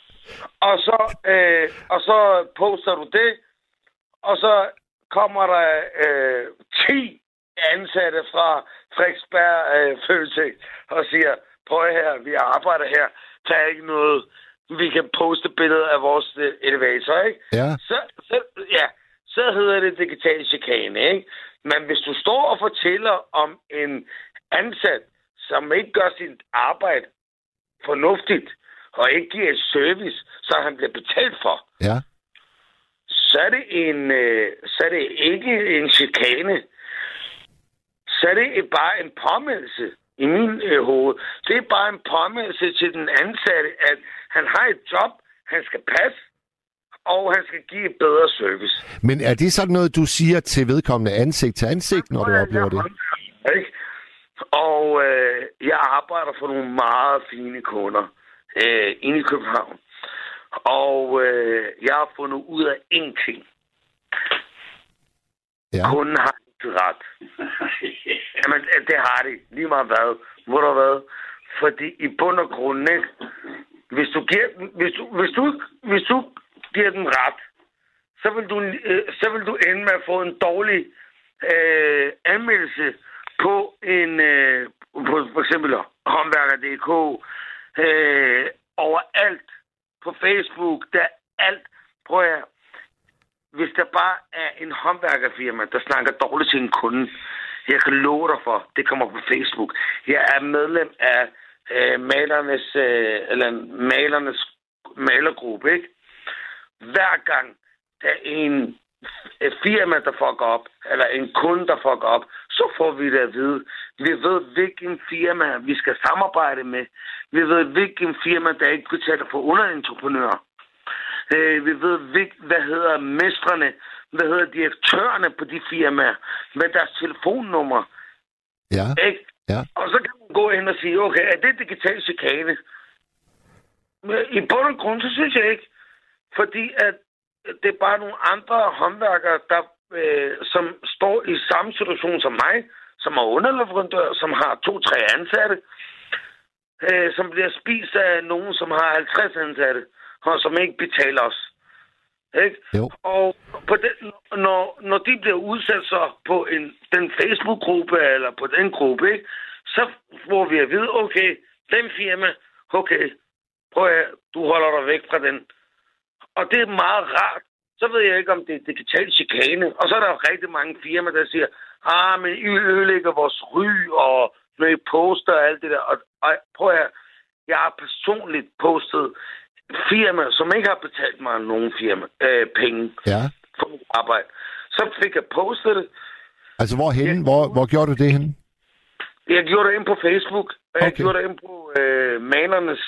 Og så poster du det, og så kommer der 10 ansatte fra Frederiksberg Føtex og siger, prøv her, vi arbejder her, der er ikke noget, vi kan poste billeder af vores elevator, ikke? Ja. Så hedder det digital chikane, ikke? Men hvis du står og fortæller om en ansat, som ikke gør sit arbejde fornuftigt, og ikke giver et service, så han bliver betalt for, ja. så er det ikke en chikane. Så er det bare en påmeldelse i min hoved. Det er bare en påmeldelse til den ansatte, at han har et job, han skal passe, og han skal give et bedre service. Men er det sådan noget, du siger til vedkommende ansigt til ansigt, når du oplever det? Ikke? Og jeg arbejder for nogle meget fine kunder inde i København. Og jeg har fundet ud af én ting. Ja. Kunden har ikke ret. Jamen, det har de. Lige meget hvad. Hvor der hvad? Fordi i bund og grund, ikke? Hvis du giver den ret, så vil du ende med at få en dårlig anmeldelse på på for eksempel håndværker.dk, overalt på Facebook, der er alt. Prøv at hvis der bare er en håndværkerfirma, der snakker dårligt til en kunde, jeg kan love dig for, det kommer på Facebook. Jeg er medlem af malernes malergruppe, ikke? Hver gang der er en firma, der fucker op, eller en kunde, der fucker op, så får vi det at vide. Vi ved, hvilken firma vi skal samarbejde med. Vi ved, hvilken firma, der ikke betaler for underentreprenører. Vi ved, hvad hedder mestrene, hvad hedder direktørerne på de firmaer, med deres telefonnummer. Ja. Ikke? Ja. Og så kan man gå ind og sige, okay, er det digital chikane? I bund og grund, så synes jeg ikke. Fordi at det er bare nogle andre håndværkere, der, som står i samme situation som mig, som er underleverandør, som har 2-3 ansatte, som bliver spist af nogen, som har 50 ansatte, og som ikke betaler os. Ikke? Jo. Og på den, når de bliver udsat så på den Facebook-gruppe, eller på den gruppe, ikke, så får vi at vide, okay, den firma, okay, prøv at du holder dig væk fra den. Og det er meget rart. Så ved jeg ikke, om det er digital chikane. Og så er der jo rigtig mange firmaer, der siger, men I ødelægger vores ry, og når I poster og alt det der. Og prøv at jeg har personligt postet firmaer, som ikke har betalt mig nogen penge for mit arbejde. Så fik jeg postet det. Altså hvorhenne? Hvor gjorde du det henne? Jeg gjorde det ind på Facebook. Okay. Jeg gjorde det ind på malernes...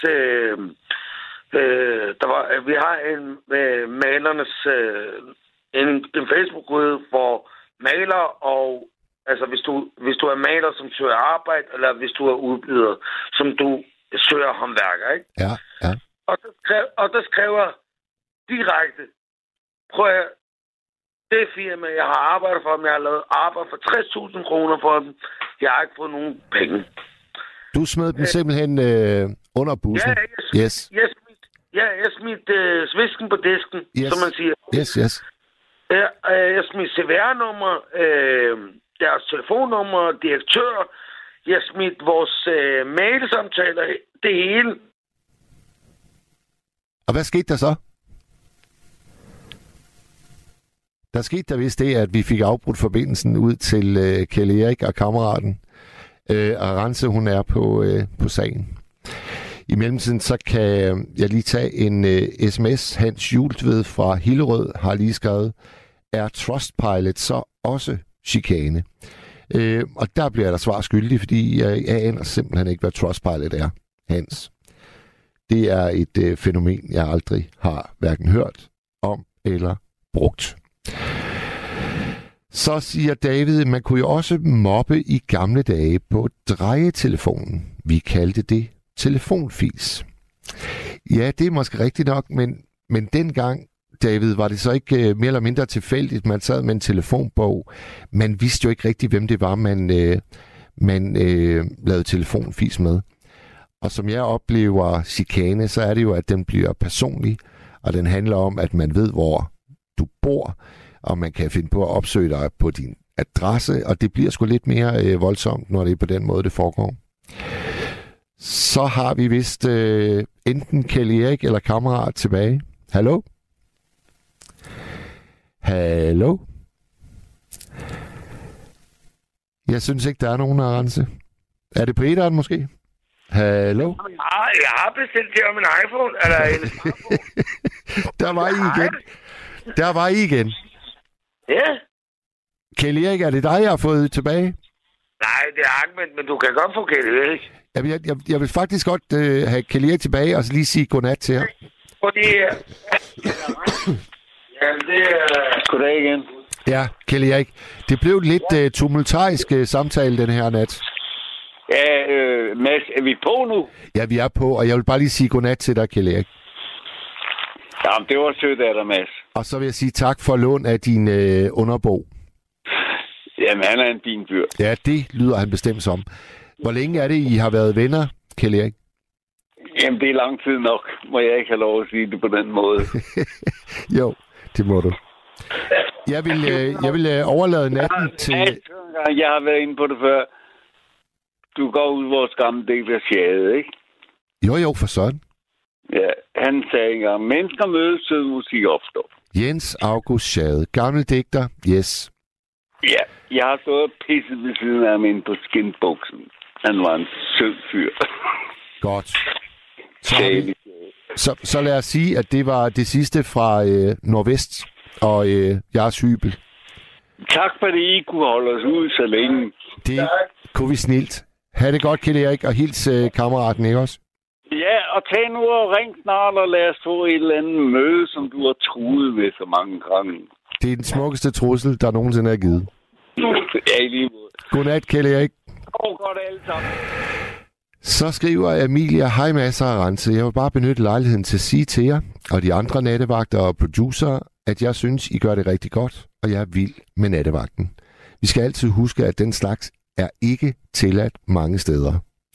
vi har en malernes en Facebook-gruppe for maler, og altså hvis du er maler, som søger arbejde, eller hvis du er udbyder, som du søger håndværker, ikke? Ja, ja. Og der skriver direkte, prøv at det firma, jeg har arbejdet for dem, jeg har lavet arbejde for 60.000 kroner for dem, jeg har ikke fået nogen penge. Du smed dem simpelthen under bussen? Jeg smidt svisken på disken, som man siger. Yes. Jeg smidt CVR-nummer, deres telefonnummer, direktør. Jeg smidt vores mailsamtaler, det hele. Og hvad skete der så? Der skete der vist det, at vi fik afbrudt forbindelsen ud til Kjell Erik og kammeraten. Og Rense, hun er på sagen. I mellemtiden, så kan jeg lige tage en sms. Hans Jultved fra Hillerød har lige skrevet, er Trustpilot så også chikane? Og der bliver der svar skyldig, fordi jeg aner simpelthen ikke, hvad Trustpilot er, Hans. Det er et fænomen, jeg aldrig har hverken hørt om eller brugt. Så siger David, man kunne jo også mobbe i gamle dage på drejetelefonen. Vi kaldte det telefonfis. Ja, det er måske rigtigt nok, men dengang, David, var det så ikke mere eller mindre tilfældigt? Man sad med en telefonbog. Man vidste jo ikke rigtig, hvem det var, man lavede telefonfis med. Og som jeg oplever chikane, så er det jo, at den bliver personlig, og den handler om, at man ved, hvor du bor, og man kan finde på at opsøge dig på din adresse, og det bliver sgu lidt mere voldsomt, når det er på den måde, det foregår. Så har vi vist enten Kjell Erik eller Kammerat tilbage. Hallo? Hallo? Jeg synes ikke, der er nogen at rense. Er det på eteren måske? Hallo? Jeg har bestilt til min iPhone. Eller en Der var I igen. Ja. Kjell Erik, er det dig, jeg har fået tilbage? Nej, det er Ahmed, men du kan godt få Kjell Erik. Jeg vil faktisk godt have Kjell Erik tilbage, og så lige sige godnat til ham. Fordi... ja, det er... Goddag igen. Ja, Kjell Erik. Det blev lidt tumultarisk samtale den her nat. Ja, Mads, er vi på nu? Ja, vi er på, og jeg vil bare lige sige godnat til dig, Kjell Erik. Jamen, det var sødt af dig, Mads. Og så vil jeg sige tak for lån af din underbog. Jamen, han er en fin fyr. Ja, det lyder han bestemt som. Hvor længe er det, I har været venner, Kjell Erik? Jamen, det er lang tid nok. Må jeg ikke have lov at sige det på den måde? Jo, det må du. Jeg vil overlade natten til... Jeg har været inde på det før. Du går ud vores gamle del af Sjade, ikke? Jo, for sådan. Ja, han sagde engang, mennesker mødes, sød musik opstår. Jens August Schade, gammel digter, yes. Ja, jeg har stået og pisset ved siden af ham inde på skinbuksen. Han var en sød fyr. Godt. Så lad os sige, at det var det sidste fra Nordvest og jeres hybel. Tak fordi I kunne holde os ud så længe. Det kunne vi snilt. Ha' det godt, Kjell Erik, og hils kammeraten, ikke også? Ja, og tag nu og ring snart, og lad os få et eller andet møde, som du har truet ved så mange gange. Det er den smukkeste trussel, der nogensinde er givet. Ja, i lige måde. Godnat, Kjell Erik. Godt alle sammen. Så skriver Emilia, hej masser af rense. Jeg vil bare benytte lejligheden til at sige til jer, og de andre nattevagter og producer, at jeg synes, I gør det rigtig godt, og jeg er vild med nattevagten. Vi skal altid huske, at den slags er ikke tilladt mange steder.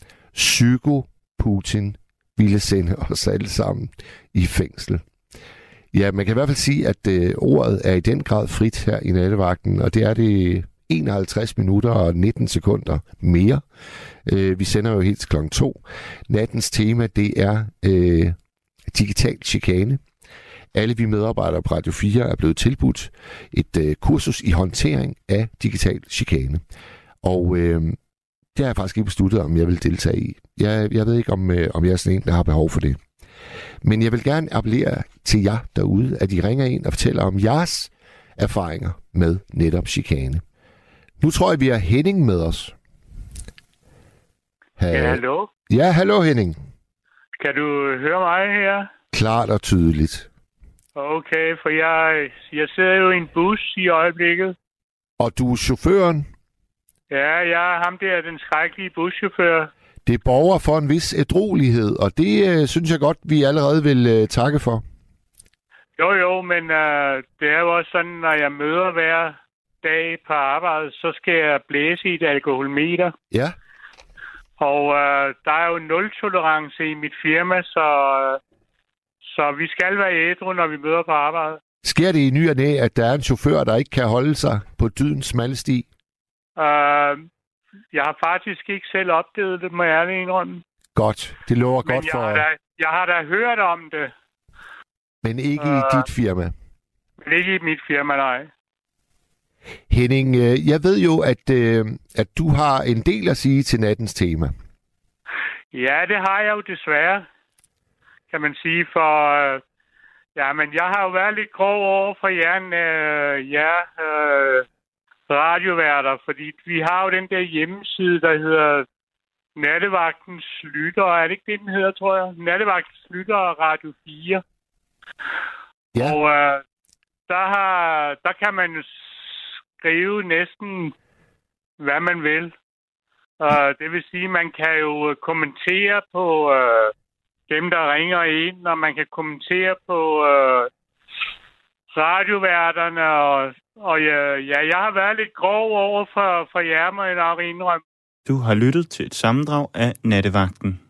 Putin ville sende os alle sammen i fængsel. Ja, man kan i hvert fald sige, at ordet er i den grad frit her i nattevagten, og det er det 51 minutter og 19 sekunder mere. Vi sender jo helt kl. 2. Nattens tema, det er digital chikane. Alle vi medarbejdere på Radio 4 er blevet tilbudt et kursus i håndtering af digital chikane. Og det har jeg faktisk ikke besluttet, om jeg vil deltage i. Jeg ved ikke, om jeg er sådan en, der har behov for det. Men jeg vil gerne appellere til jer derude, at I ringer ind og fortæller om jeres erfaringer med netop chikane. Nu tror jeg, vi har Henning med os. Ja, hallo? Ja, hallo Henning. Kan du høre mig her? Klart og tydeligt. Okay, for jeg sidder jo i en bus i øjeblikket. Og du er chaufføren? Ja, jeg er ham der, den skrækkelige buschauffør. Det borger for en vis ædruelighed, og det synes jeg godt, vi allerede vil takke for. Jo, men det er jo også sådan, når jeg møder hver dag på arbejde, så skal jeg blæse i et alkoholmeter. Ja. Og der er jo nul-tolerance i mit firma, så vi skal være ædru, når vi møder på arbejde. Sker det i ny og næ, at der er en chauffør, der ikke kan holde sig på dydens smalle sti? Jeg har faktisk ikke selv oplevet det, må jeg ærligt indrømme. Godt. Det lover men godt for... Jeg har da hørt om det. Men ikke i dit firma? Men ikke i mit firma, nej. Henning, jeg ved jo, at du har en del at sige til nattens tema. Ja, det har jeg jo desværre, kan man sige, for... men jeg har jo været lidt grov over for jer, radioværter, fordi vi har jo den der hjemmeside, der hedder Nattevagtens Lytter. Er det ikke det, den hedder, tror jeg? Nattevagtens Lytter og Radio 4. Ja. Og der kan man skrive næsten, hvad man vil. Det vil sige, man kan jo kommentere på dem, der ringer ind, og man kan kommentere på radioværterne, og ja, jeg har været lidt grov over for jer, må jeg nok indrømme. Du har lyttet til et sammendrag af Nattevagten.